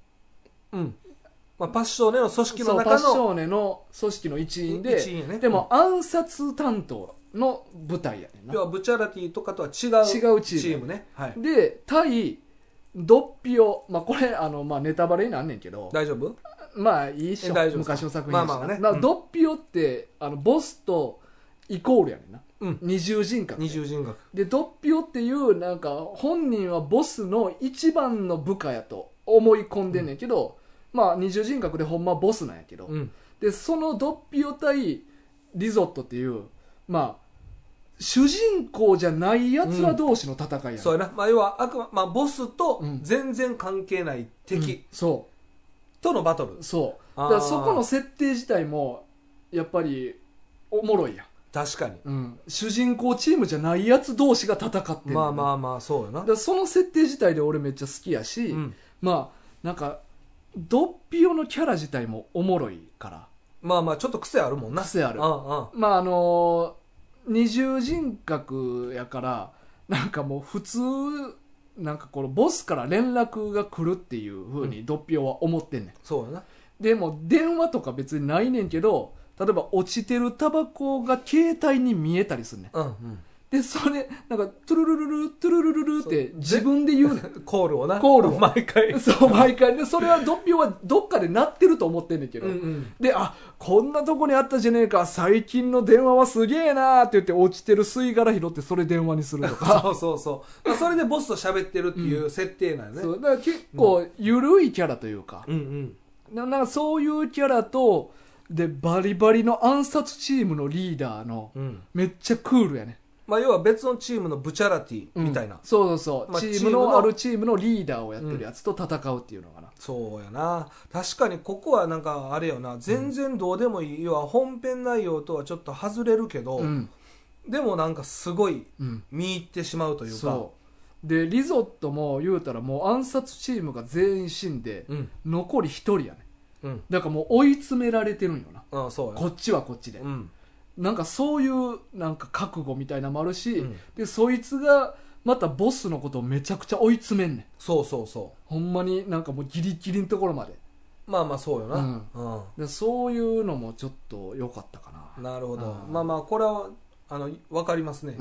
まあ、パッショーネの組織の中の。 パッショーネの組織の一員で、 ね、 でも暗殺担当の部隊やねんな。 要はブチャラティとかとは違うチームね。 はい、で、対、ドッピオ、まあこれまあネタバレになんねんけど、 大丈夫？ まあいいっしょ。 大丈夫。 昔の作品やし。 まあまあね。 ドッピオってボスとイコールやねんな。二重人格。 二重人格。 でドッピオっていうなんか本人はボスの一番の部下やと思い込んでんねんけど、まあ二重人格でほんまボスなんやけど、でそのドッピオ対リゾットっていうまあ主人公じゃない奴ら同士の戦いやね、 そうやな。まあ要はまあボスと全然関係ない敵、 そうとのバトル。 そう。だからそこの設定自体もやっぱりおもろいやん。 確かに、 主人公チームじゃないやつ同士が戦ってる。 まあまあまあそうよな。 だからその設定自体で俺めっちゃ好きやし、まあなんかドッピオのキャラ自体もおもろいから。 まあまあちょっと癖あるもんな。 癖ある。まあ二重人格やからなんかもう普通なんかこのボスから連絡が来るっていう風にドッピオは思ってんねん。 そうやな。 でも電話とか別にないねんけど、例えば落ちてるタバコが携帯に見えたりすんねん。でそれなんかトゥルルルルトゥルルルルって自分で言うねん。 コールをな。 コールを毎回。 そう毎回でそれはドッピオはどっかで鳴ってると思ってんねんけど、でこんなとこにあったじゃねえか、最近の電話はすげえなーって言って落ちてる吸い殻拾ってそれ電話にするとかそうそうそう、それでボスと喋ってるっていう設定なんよね、 そうだから結構緩いキャラというか、なんかそういうキャラとでバリバリの暗殺チームのリーダーの、めっちゃクールやね。 まあ要は別のチームのブチャラティみたいな、 そうそうそう、まあ、チームのあるチームのリーダーをやってるやつと戦うっていうのかな、 そうやな。確かにここはなんかあれよな、全然どうでもいい、要は本編内容とはちょっと外れるけど、でもなんかすごい見入ってしまうというか、 そうでリゾットも言うたらもう暗殺チームが全員死んで、残り1人やね、だからもう追い詰められてるんよな、 そうやこっちはこっちで、なんかそういうなんか覚悟みたいなのもあるし、でそいつがまたボスのことをめちゃくちゃ追い詰めんねん。 そうそうそう、 ほんまになんかもうギリギリのところまで。 まあまあそうよな、 でそういうのもちょっと良かったかな。 なるほど、まあまあこれは分かりますね、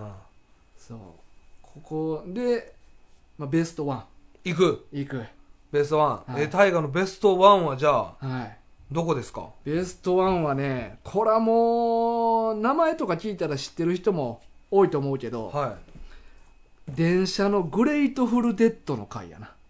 そうここで、まあ、ベストワンいく。 いくベストワン。 はい大河のベストワンはじゃあ、 はい。 どこですか？ ベストワンはね、これはもう、名前とか聞いたら知ってる人も多いと思うけど、 はい。 電車のグレイトフルデッドの回やな。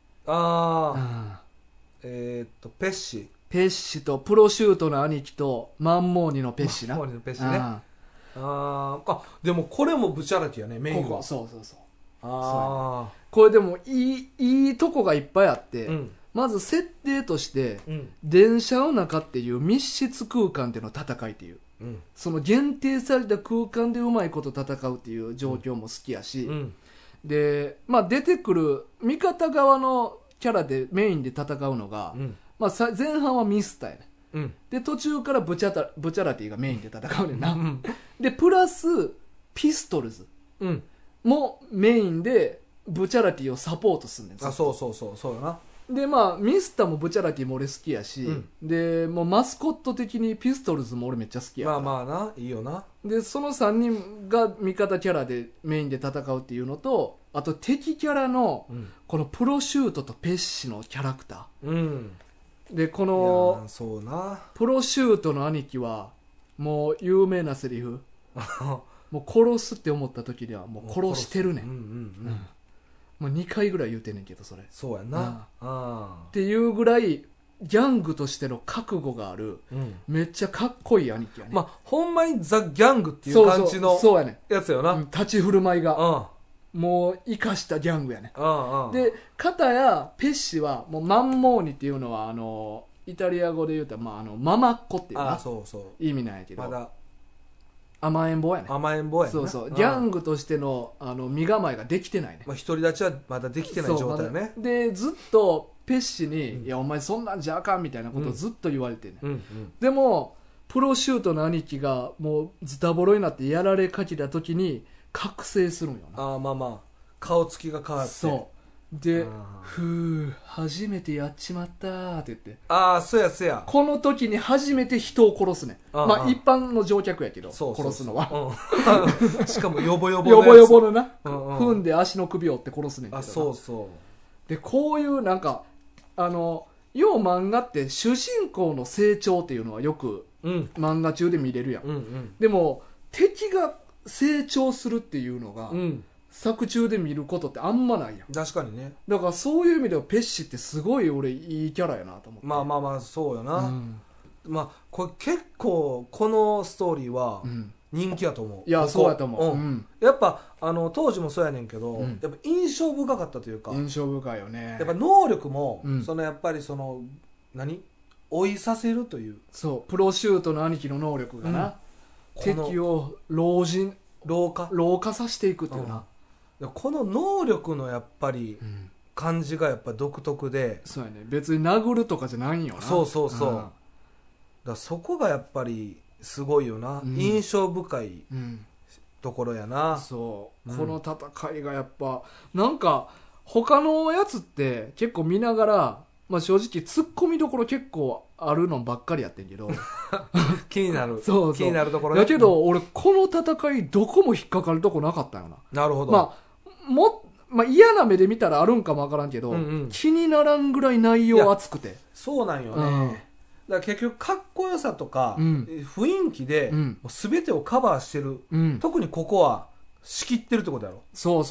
ペッシ。 ペッシとプロシュートの兄貴とマンモーニのペッシな。 マンモーニのペッシね。でもこれもブチャラティやね、メインは。 そうそうそう。 これでもいいとこがいっぱいあって、まず設定として、電車の中っていう密室空間での戦いっていう、その限定された空間でうまいこと戦うっていう状況も好きやし、で、まあ出てくる味方側のキャラでメインで戦うのが、まあ前半はミスターやね。で、途中からブチャラティがメインで戦うねんな。で、プラス、ピストルズもメインでブチャラティをサポートすんねん。 そうよな。 で、まあ、ミスターもブチャラティも俺好きやし、で、もうマスコット的にピストルズも俺めっちゃ好きやから。 まあな、いいよな。 で、その3人が味方キャラでメインで戦うっていうのと、あと敵キャラの、このプロシュートとペッシのキャラクター。で、この、プロシュートの兄貴は、もう有名なセリフ。もう殺すって思った時にはもう殺してるねん。もう2回ぐらい言うてんねんけど、それ。 そうやな。 っていうぐらい、ギャングとしての覚悟がある、めっちゃかっこいい兄貴やね。 まあ、ほんまにザ・ギャングっていう感じのやつよな。 立ち振る舞いが。もう、生かしたギャングやね。で、片や、ペッシは、もう、マンモーニっていうのは、イタリア語で言うと、まあ、ママっ子っていうな意味なんやけど。 まだ甘えん坊やね。 甘えん坊やね。 そうそう。ギャングとしての、身構えができてないね。 まあ、独り立ちはまだできてない状態ね。 で、ずっと、ペッシに、いや、お前そんなんじゃあかんみたいなことをずっと言われてね。でも、プロシュートの兄貴が、もう、ズタボロになってやられかけた時に、覚醒するんよな。 まあ。顔つきが変わって。 そう。で、初めてやっちまったーって言って。 そうや。 この時に初めて人を殺すね。まあ一般の乗客やけど、殺すのは。 しかもヨボヨボのやつ。ヨボヨボのな。踏んで足の首を折って殺すねんけど。 そう。 で、こういうなんか、よう漫画って主人公の成長っていうのはよく漫画中で見れるやん。でも、敵が成長するっていうのが、作中で見ることってあんまないやん。 確かにね。 だからそういう意味ではペッシってすごい俺いいキャラやなと思って。 まあそうよな。まあこれ結構このストーリーは人気やと思う。 いやそうやと思う。 やっぱ当時もそうやねんけど、やっぱ印象深かったというか。 印象深いよね。 やっぱ能力もやっぱり追いさせるという。 そうプロシュートの兄貴の能力がな、敵を老化させていくっていうな。 この能力のやっぱり感じがやっぱ独特で、 そうやね、別に殴るとかじゃないんよな。 そうだそこがやっぱりすごいよな、印象深いところやな。 そう、この戦いがやっぱなんか他のやつって結構見ながら、まあ正直ツッコミどころ結構あるのばっかりやってんけど気になるそう気になるところね。 だけど、俺この戦いどこも引っかかるとこなかったよな。 なるほど。 まあ嫌な目で見たらあるんかもわからんけど、気にならんぐらい内容熱くて。 そうなんよね。だから結局かっこよさとか、雰囲気で、全てをカバーしてる、特にここは仕切ってるってことやろ。 そう、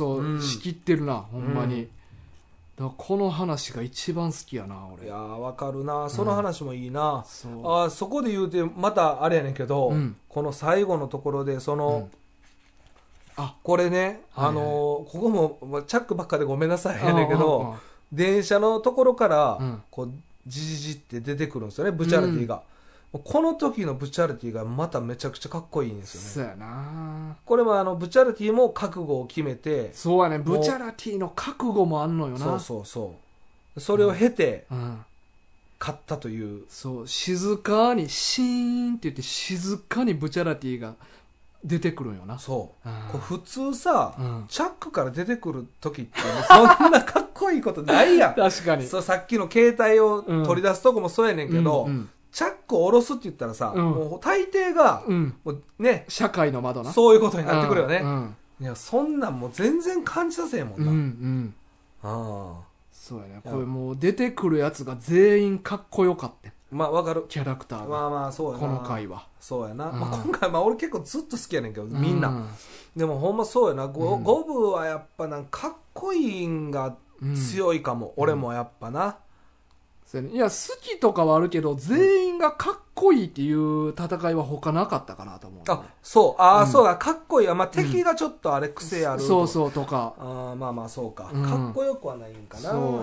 仕切ってるなほんまに。だからこの話が一番好きやな俺。 いやわかるな、その話もいいな。そこで言うてまたあれやねんけど、この最後のところでこれね、ここもチャックばっかでごめんなさいやねんけど、電車のところからこうジって出てくるんですよね、ブチャラティが。この時のブチャラティがまためちゃくちゃかっこいいんですよね。 そうやな。 これもブチャラティも覚悟を決めて。 そうやね、ブチャラティの覚悟もあんのよな。 そうそれを経て勝ったという。 そう、静かにシーンって言って静かにブチャラティが出てくるんよな。 そうこれ普通さ、チャックから出てくる時ってそんなかっこいいことないやん確かに。 そう、さっきの携帯を取り出すとこもそうやねんけど、チャックを下ろすって言ったらさ、もう大抵が、もうね、 社会の窓な。 そういうことになってくるよね。いや、そんなんもう全然感じさせへんもんな。 そうやね。これもう出てくるやつが全員かっこよかった。 まあわかる。 キャラクターが。 まあまあそうやな。 この回は。 そうやな。まあ今回俺結構ずっと好きやねんけど、みんな。でもほんまそうやな。五部はやっぱなんかかっこいいんが強いかも。俺もやっぱな。 いや、好きとかはあるけど、全員がかっこいいっていう戦いは他なかったかなと思う。 あ、そう。そうだ。かっこいいわ。まあ敵がちょっとあれ癖ある。 そうそうとか。 まあまあそうか。かっこよくはないんかな。そう。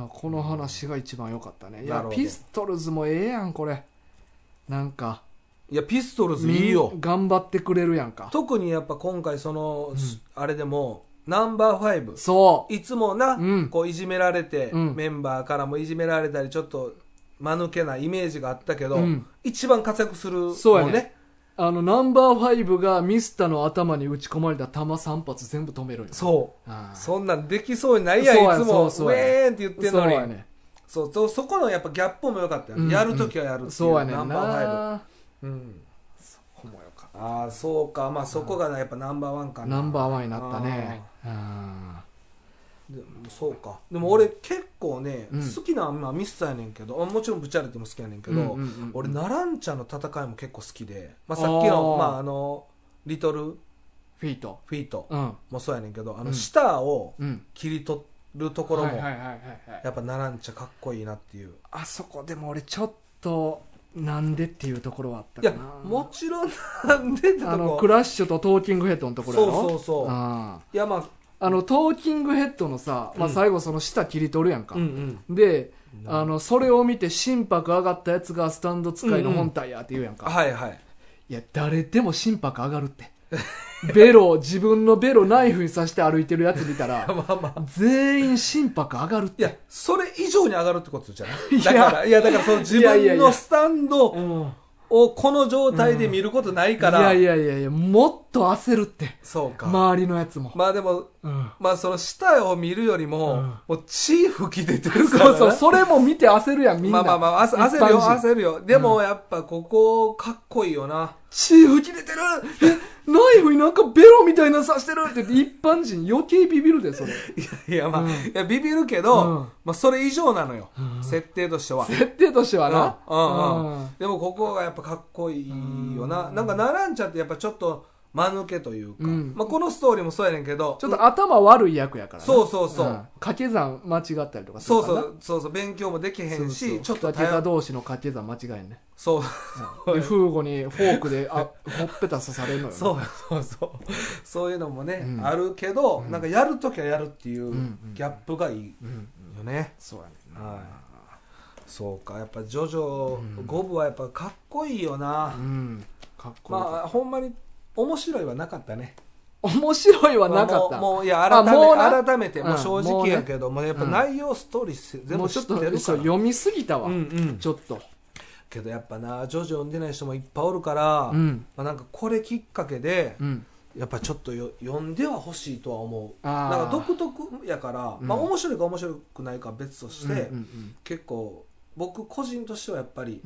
この話が一番良かったね。いや、ピストルズもええやん、これ。なんか。 いや、ピストルズいいよ。 頑張ってくれるやんか。 特にやっぱ今回あれでも、ナンバー5。 そう。 いつもな、こういじめられて、メンバーからもいじめられたり、ちょっと、間抜けなイメージがあったけど、一番活躍するもんね。 そうやね。ナンバー5がミスタの頭に打ち込まれた弾3発全部止めるんよ。 そう。そんなんできそうにないやん、いつも。ウェーンって言ってんのに。そうやね。そこのやっぱギャップも良かったよ。やるときはやるっていう。 そうやね。 ナンバー5。 そこも良かった。 ああ、そうか。まあそこがやっぱナンバー1かな。 ナンバーワンになったね。 でもそうか。でも俺結構ね、好きなミスターやねんけど、もちろんブチャレティも好きやねんけど、俺ナランチャの戦いも結構好きで、まあさっきのリトルフィートもそうやねんけど、舌を切り取るところもやっぱナランチャかっこいいなっていう。 あそこでも俺ちょっとなんでっていうところはあったかな。いやもちろんなんでってとこ、 クラッシュとトーキングヘッドのところやろ。 そういやまあトーキングヘッドのさ、最後その舌切り取るやんか、でそれを見て心拍上がったやつがスタンド使いの本体やって言うやんか、いや誰でも心拍上がるって自分のベロナイフに刺して歩いてるやつ見たら全員心拍上がるって。 いやそれ以上に上がるってことじゃないだからその自分のスタンドをこの状態で見ることないから、 いやもっと焦るって。 そうか、 周りのやつも。 まあでも、まあその下を見るよりも、もう血吹き出てるから、 そうそれも見て焦るやんみんな。 まあ焦るよ。でもやっぱここかっこいいよな。 血吹き出てる、ナイフになんかベロみたいなの刺してるって言って一般人余計ビビるでそれ。 いやビビるけど、まあそれ以上なのよ、設定としては。 設定としてはな。 でもここがやっぱかっこいいよな。なんかナランチャってやっぱちょっと間抜けというか、まあこのストーリーもそうやねんけど、 ちょっと頭悪い役やからね。 そう掛け算間違ったりとかするからな。 そう勉強もできへんし、 ちょっと桁同士の掛け算間違えんね。 そうでフーゴにフォークでほっぺた刺されるのよ。 そういうのもねあるけど、なんかやるときはやるっていうギャップがいいよね。 そうやね。 そうか、やっぱジョジョ5部はやっぱかっこいいよな。 かっこいい。 まあほんまに面白いはなかったね。 面白いはなかった。 もういや改めてもう正直やけども、やっぱ内容ストーリー全部知ってるから。 読みすぎたわ。ちょっと。 けどやっぱな、ジョジョ読んでない人もいっぱいおるから、まあなんかこれきっかけで、やっぱちょっと読んではほしいとは思う。なんか独特やから、まあ面白いか面白くないかは別として、結構僕個人としてはやっぱり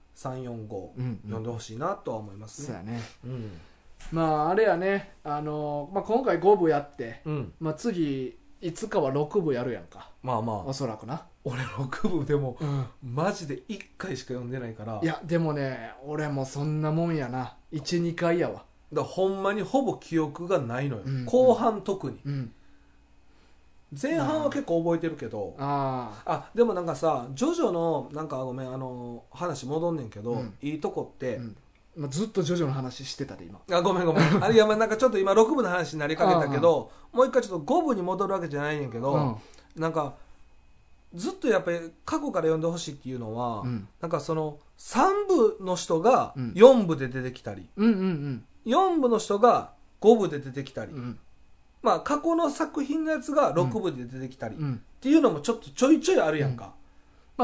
345読んでほしいなとは思いますね。 そうやね。まああれやね、まあ今回5部やって、まあ次いつかは6部やるやんか。 まあおそらくな。 俺6部でも、マジで1回しか読んでないから。 いやでもね、俺もそんなもんやな。1、2回やわ。 だほんまにほぼ記憶がないのよ、後半特に、前半は結構覚えてるけど、でもなんかさ、ジョジョのなんかごめん話戻んねんけど、いいとこって、 ずっとジョジョの話してたで今。 ごめんいやなんかちょっと今6部の話になりかけたけど、もう一回ちょっと5部に戻るわけじゃないねんけど、なんかずっとやっぱり過去から読んでほしいっていうのは、なんかその3部の人が4部で出てきたり、4部の人が5部で出てきたり、まあ過去の作品のやつが6部で出てきたり、っていうのもちょっとちょいちょいあるやんか。 まあ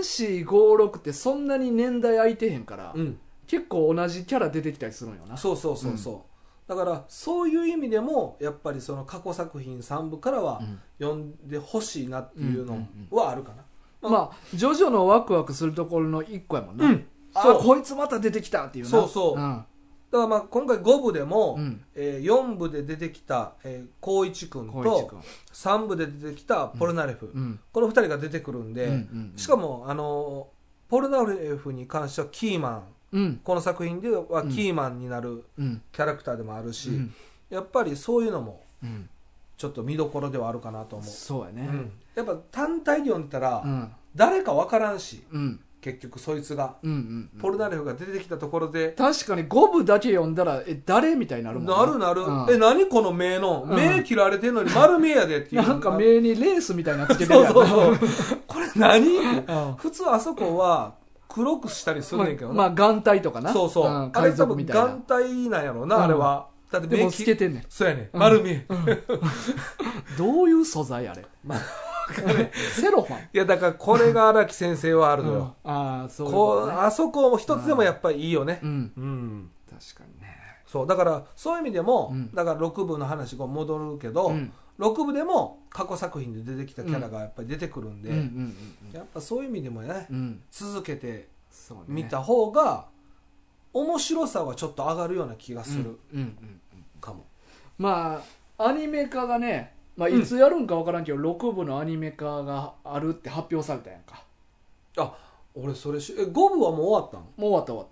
3456ってそんなに年代空いてへんから、結構同じキャラ出てきたりするんよな。 そうだからそういう意味でもやっぱりその過去作品3部からは読んでほしいなっていうのはあるかな。 まあジョジョのワクワクするところの1個やもんな。こいつまた出てきたっていうな。 だからまあ今回5部でも、 うん 4部で出てきた光一君と3部で出てきたポルナレフ、この2人が出てくるんで、しかもポルナレフに関してはキーマン、この作品ではキーマンになるキャラクターでもあるし、やっぱりそういうのもちょっと見どころではあるかなと思う。 そうやね、 やっぱ単体で読んでたら、誰か分からんし、結局そいつが、ポルナレフが出てきたところで確かに5部だけ読んだら誰みたいになるもんなる、何この目の、目切られてんのに丸目やでっていうなんか目にレースみたいなつけてるやんそうこれ何、普通あそこは黒くしたりするねんけどまあ眼帯とかな、 そう、あれ多分眼帯なんやろうな、あれは。だってでもつけてんねん。 そうやねん、丸見え。 どういう素材あれセロファン。 いやだからこれが荒木先生はあるのよ。 ああ、そういうことね。 あそこ一つでもやっぱりいいよね。 確かにね。 そうだからそういう意味でも、だから6部の話が戻るけど、6部でも過去作品で出てきたキャラがやっぱり出てくるんで、やっぱそういう意味でもね、続けて見た方が面白さはちょっと上がるような気がするかも。 まあアニメ化がね、まあ、いつやるんか分からんけど、6部のアニメ化があるって発表されたやんか。 あ、俺それ5部はもう終わったの？ もう終わった。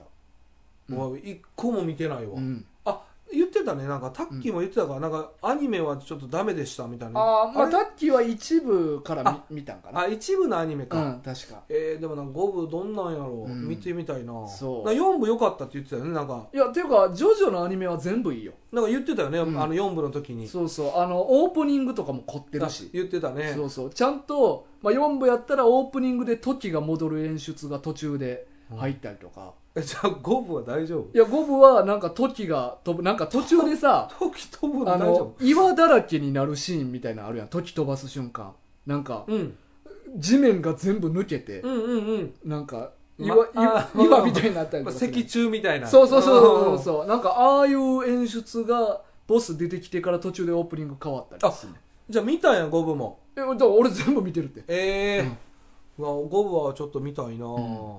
もう1個も見てないわ。あ、言ってたね、なんかタッキーも言ってたから、なんかアニメはちょっとダメでしたみたいな。 まあタッキーは一部から見たんかな。 一部のアニメか。 確か。 でもなんか5部どんなんやろう、見てみたいな。 そう 4部良かったって言ってたよね、なんか。 いやっていうかジョジョのアニメは全部いいよ。 なんか言ってたよね、4部の時に。 そうそう、オープニングとかも凝ってるし。 言ってたね。 そうそう、ちゃんと、まあ、4部やったらオープニングで時が戻る演出が途中で入ったりとか。 じゃあ5部は大丈夫？ いや5部はなんか時が飛ぶ、なんか途中でさ時飛ぶの大丈夫？ 岩だらけになるシーンみたいなのあるやん、時飛ばす瞬間。なんか、地面が全部抜けて、なんか岩みたいになったりとか、 石柱みたいな。 そうなんかああいう演出がボス出てきてから途中でオープニング変わったりするね。 じゃあ見たんや5部も。 だから俺全部見てるって。 5部はちょっと見たいな、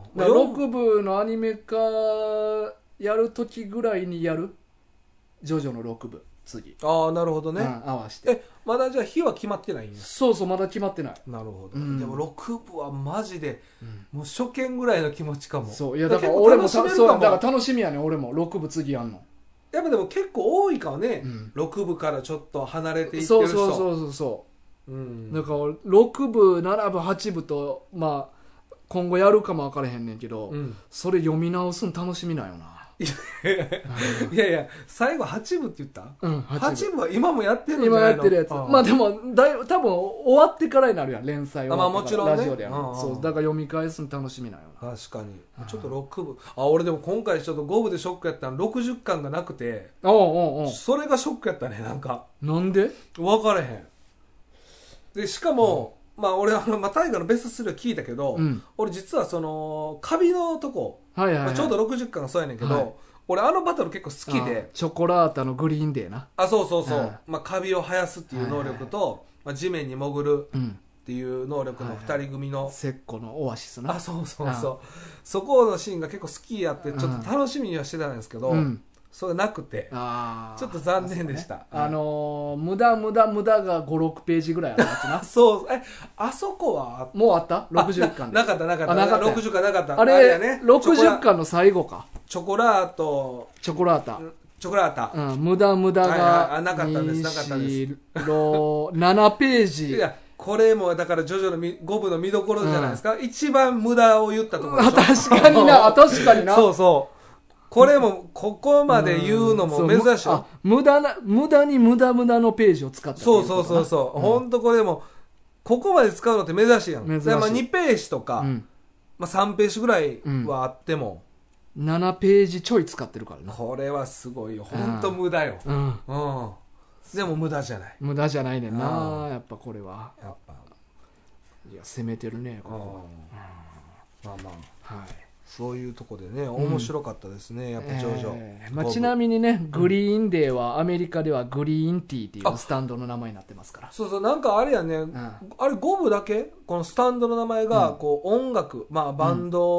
6部のアニメ化やる時ぐらいにやるジョジョの6部次。 ああ、なるほどね、 合わせて。 まだじゃあ日は決まってないんや。 そうまだ決まってない。 なるほど、でも6部はマジで、もう初見ぐらいの気持ちかも。 そう、いやだから俺もだから楽しみやねん。俺も6部次やんの。 やっぱでも結構多いからね、6部からちょっと離れていってる人。そうだから6部7部8部と、まあ今後やるかも分からへんねんけど、それ読み直すの楽しみなんよな。 いや最後8部って言った？ 8 部は今もやってるんじゃないの？今やってるやつ。まあでも多分終わってからになるやん、連載は。 まあもちろんね、 ラジオでやる。そうだから読み返すの楽しみなんよな。 確かにちょっと6部、俺でも今回ちょっと5部でショックやったの60巻がなくて、それがショックやったね。なんかなんで分かれへんで、しかも、まあ俺は大河のベスト3は聞いたけど、俺実はそのカビのとこ、ちょうど60巻がそうやねんけど、俺あのバトル結構好きで、 チョコラータのグリーンデーな。 そう、まあ、カビを生やすっていう能力と、まあ、地面に潜るっていう能力の2人組の、 石膏のオアシスな。 そうそこのシーンが結構好きやって、ちょっと楽しみにはしてたんですけど、それがなくてちょっと残念でした。 無駄が 5,6 ページぐらいあるやつな。 そう、あそこはもうあった ?60 巻で。 なかった60巻なかった。 あれ60巻の最後か。 チョコラータ、 無駄がなかったです。 7ページ。 いやこれもだからジョジョの5部の見どころじゃないですか、一番無駄を言ったところでしょ。 確かになそうこれもここまで言うのも珍しい。 無駄に無駄のページを使ったっていうことな。 そう本当これもここまで使うのって珍しいやん。まあ2ページとか、まあ3ページぐらいはあっても、 7ページちょい使ってるからな。 これはすごいよ。本当無駄よ。でも無駄じゃない。 無駄じゃないねんな、やっぱこれは。いや攻めてるねここ。 まあそういうとこでね、面白かったですね、やっぱジョジョ。 ちなみにね、グリーンデーはアメリカではグリーンティーっていうスタンドの名前になってますから。 そうなんかあれやね、あれ5部だけこのスタンドの名前がこう音楽、まあバンド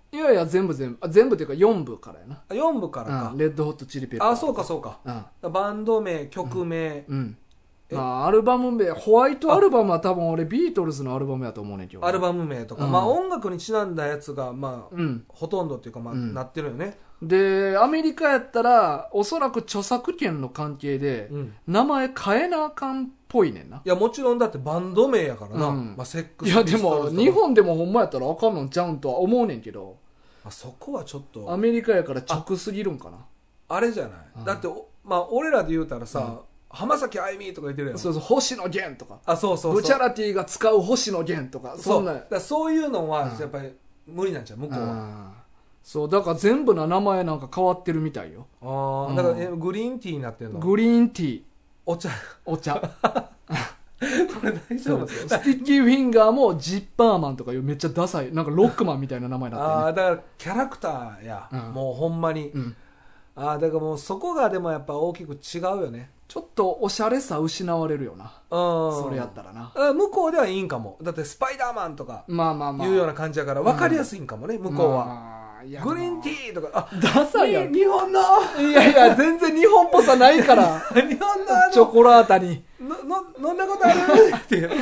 いやいや、全部っていうか4部からやな。 4部からか。 レッドホットチリペッパー。 そうかそうか。バンド名、曲名。 アルバム名、ホワイトアルバムは多分俺ビートルズのアルバムやと思うねんけど。 アルバム名とか、音楽にちなんだやつが、ほとんどっていうか、なってるよね。 で、アメリカやったら、おそらく著作権の関係で、名前変えなあかんっぽいねんな。 いや、もちろんだってバンド名やからな。セックスいや、でも、日本でもほんまやったらあかんのちゃうんとは思うねんけど。 そこはちょっと。 アメリカやから直すぎるんかな。 あれじゃない。だって、俺らで言うたらさ、浜崎あゆみとか言ってるやん。 そうそう、星野源とか。 そうブチャラティが使う星野源とか、そんな。 そういうのは、やっぱり無理なんちゃう、向こうは。 そう、だから全部の名前なんか変わってるみたいよ。 だから、グリーンティーになってんの？ グリーンティー。 お茶。 これ大丈夫？ スティッキーフィンガーもジッパーマンとかいうめっちゃダサい、なんかロックマンみたいな名前になってだからキャラクターや。もうほんまに。だからもうそこがでもやっぱ大きく違うよね。 ちょっとおしゃれさ失われるよな。それやったらな。 向こうではいいんかも。だってスパイダーマンとかいうような感じやから分かりやすいんかもね、向こうは。グリーンティーとか、 ダサいやん。 日本の。 いやいや、全然日本っぽさないから。 日本のチョコラータに。 飲んだことあるっていう。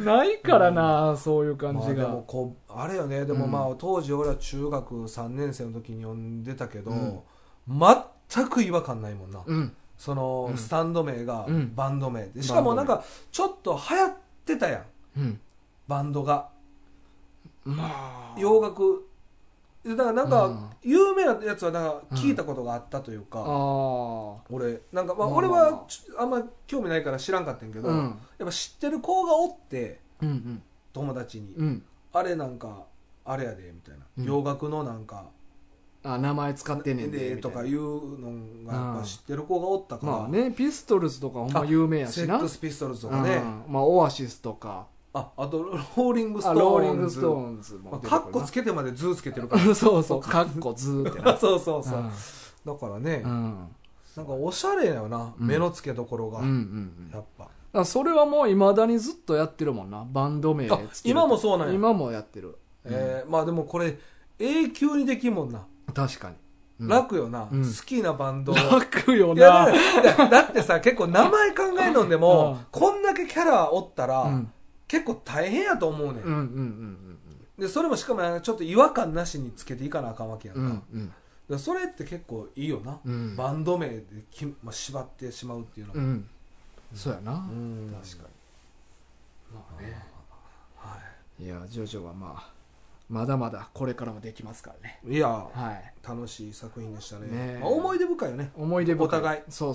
ないからな、そういう感じが。 でもあれよね、でも当時俺は中学3年生の時に読んでたけど、全く違和感ないもんな。そのスタンド名がバンド名で、しかもなんかちょっと流行ってたやん、バンドが。洋楽だからなんか有名なやつはなんか聞いたことがあったというか、俺なんか俺はあんま興味ないから知らんかったんやけど、やっぱ知ってる子がおって、友達にあれなんかあれやでみたいな、洋楽のなんか名前使ってんねんでとかいうのがやっぱ知ってる子がおったから。 まあね、ピストルズとかほんま有名やしな。 セックスピストルズとかね。 オアシスとか。 あとローリングストーンズもカッコつけてまでズーつけてるからそうそう、カッコズーってなそうそうそう、だからね、なんかおしゃれやよな、目の付けどころが、やっぱそれはもういまだにずっとやってるもんな、バンド名つける。 今もそうなんや。 今もやってる。 まあでもこれ永久にできんもんな。 確かに楽よな、好きなバンド楽よな。 だってさ、結構名前考えるのでもこんだけキャラおったら結構大変やと思うねん。でそれもしかもちょっと違和感なしにつけていかなあかんわけやんか。それって結構いいよな、バンド名で縛ってしまうっていうのは。 そうやな、確かに。 まあね、 いやジョジョはまだまだこれからもできますからね。 いや、楽しい作品でしたね。思い出深いよね、 思い出深い、 お互い。 そう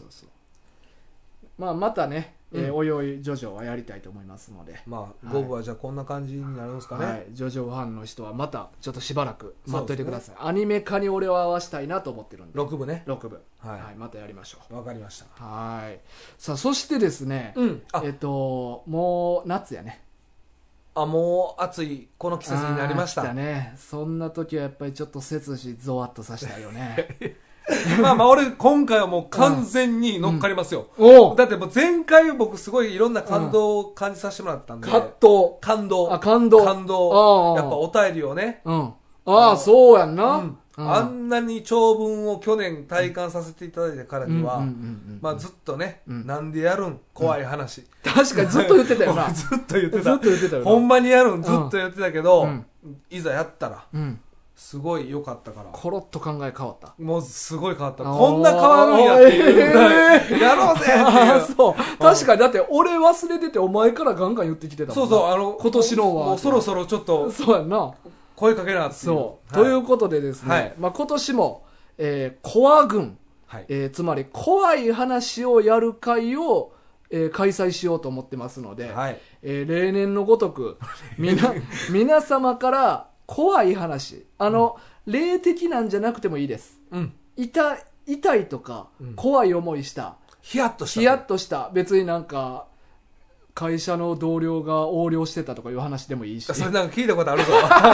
またね、おいおいジョジョはやりたいと思いますので、 5部はじゃあこんな感じになるんですかね。 ジョジョファンの人はまたちょっとしばらく待っといてください。アニメ化に俺は合わしたいなと思ってるんで。 6部ね。 6部、またやりましょう。 わかりました。 さあそしてですね、もう夏やね。 もう暑いこの季節になりました。 ね。そんな時はやっぱりちょっと背筋ゾワッとさせたいよね。 俺今回はもう完全に乗っかりますよ。だってもう前回僕すごいいろんな感動を感じさせてもらったんで。感動。やっぱお便りをね。 そうやんな。 あんなに長文を去年体感させていただいたからには、ずっとね、なんでやるん怖い話。 確かにずっと言ってたよな。 ずっと言ってた。ほんまにやるんずっと言ってたけど、いざやったら、すごい良かったから。 コロッと考え変わった。 もうすごい変わった。こんな変わるんやっていうぐらい、やろうぜっていう。 そう。確かに、だって俺忘れててお前からガンガン言ってきてたもん。 そう今年のは。 もうそろそろちょっと。 そうやんな。 声かけなっていう。 そう。ということでですね、今年も、コア軍、つまり怖い話をやる会を、開催しようと思ってますので、例年のごとく、皆様から怖い話、霊的なんじゃなくてもいいです。痛いとか、怖い思いした、 ヒヤッとした。 別になんか、会社の同僚が横領してたとかいう話でもいいし。 それなんか聞いたことあるぞ。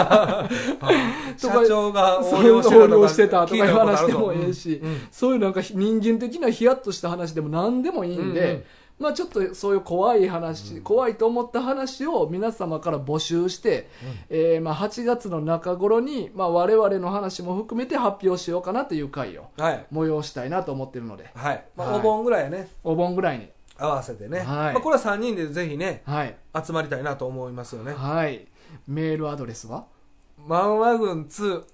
社長が横領してたとかいう話でもいいし、そういうなんか人間的なヒヤッとした話でも何でもいいんで、 まあちょっとそういう怖い話、怖いと思った話を皆様から募集して、まあ8月の中頃に、まあ我々の話も含めて発表しようかなという回を催したいなと思ってるので。 はい。まあお盆ぐらいね。 お盆ぐらいに。 合わせてね。まあこれは3人でぜひね、集まりたいなと思いますよね。 はい。メールアドレスは漫画軍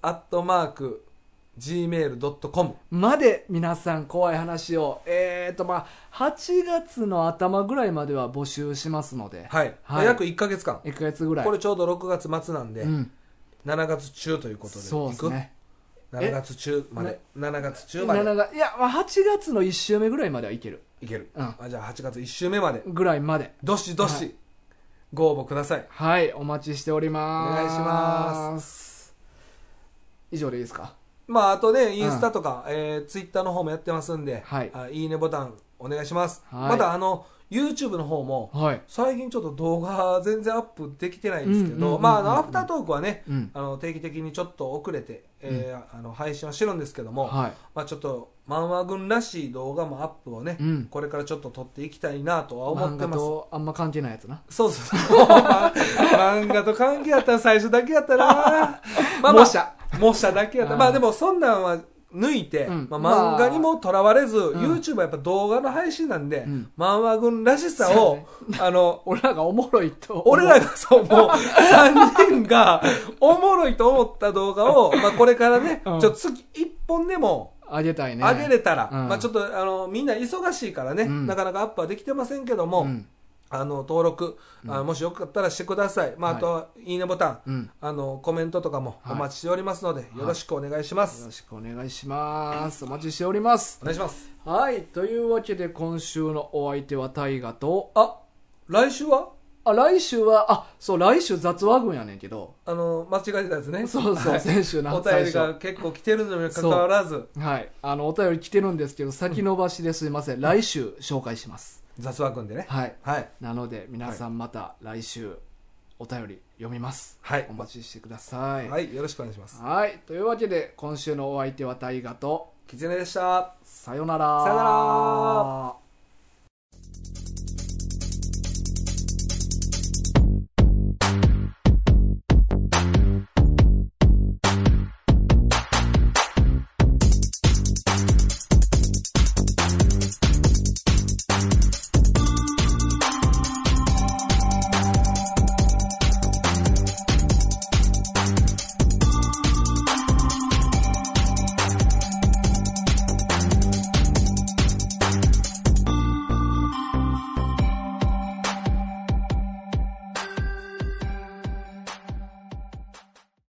2@gmail.com まで皆さん怖い話をまあ8月の頭ぐらいまでは募集しますので、 はい、約1ヶ月間。 1ヶ月ぐらい。 これちょうど6月末なんで、7月中ということで。 そうですね。 7月中まで。7月中まで。 いや、8月の1週目ぐらいまではいける。 いける。じゃあ8月1週目まで。 ぐらいまで。 どしどし、ご応募ください。 はい、お待ちしております。 お願いします。 以上でいいですか？ まあ、あとね、インスタとか、ツイッターの方もやってますんで、いいねボタンお願いします。まだYouTube の方も、最近ちょっと動画全然アップできてないんですけど、まあ、アフタートークはね、定期的にちょっと遅れて、配信はしてるんですけども、まあちょっと、漫画軍らしい動画もアップをね、これからちょっと撮っていきたいなとは思ってます。漫画とあんま関係ないやつな。 そうそうそう。漫画と関係あったら最初だけやったらまあ模写だけやったら。まあでもそんなんは抜いて、まあ漫画にもとらわれず、YouTube はやっぱ動画の配信なんで、漫画軍らしさを、 俺らがおもろいと。 俺らがそう、もう、3人がおもろいと思った動画を、まあこれからね、次1本でも、 あげたいね。 あげれたら、まあちょっとみんな忙しいからね、なかなかアップはできてませんけども、登録、もしよかったらしてください。まああとはいいねボタン、コメントとかもお待ちしておりますので、よろしくお願いします。 よろしくお願いします。お待ちしております。 お願いします。 はい、というわけで今週のお相手は大河と、 来週は？ 来週は、そう、来週雑話群やねんけど。 間違えてたやつね。 そうそう、先週のお便りが結構来てるのにかかわらず。 はい。お便り来てるんですけど、先延ばしですいません。来週紹介します。 雑話群でね。 はい。なので、皆さんまた来週、お便り読みます。 はい。 お待ちしてください。 はい。よろしくお願いします。 はい。というわけで、今週のお相手は大河と、 キツネでした。 さよなら。 さよなら。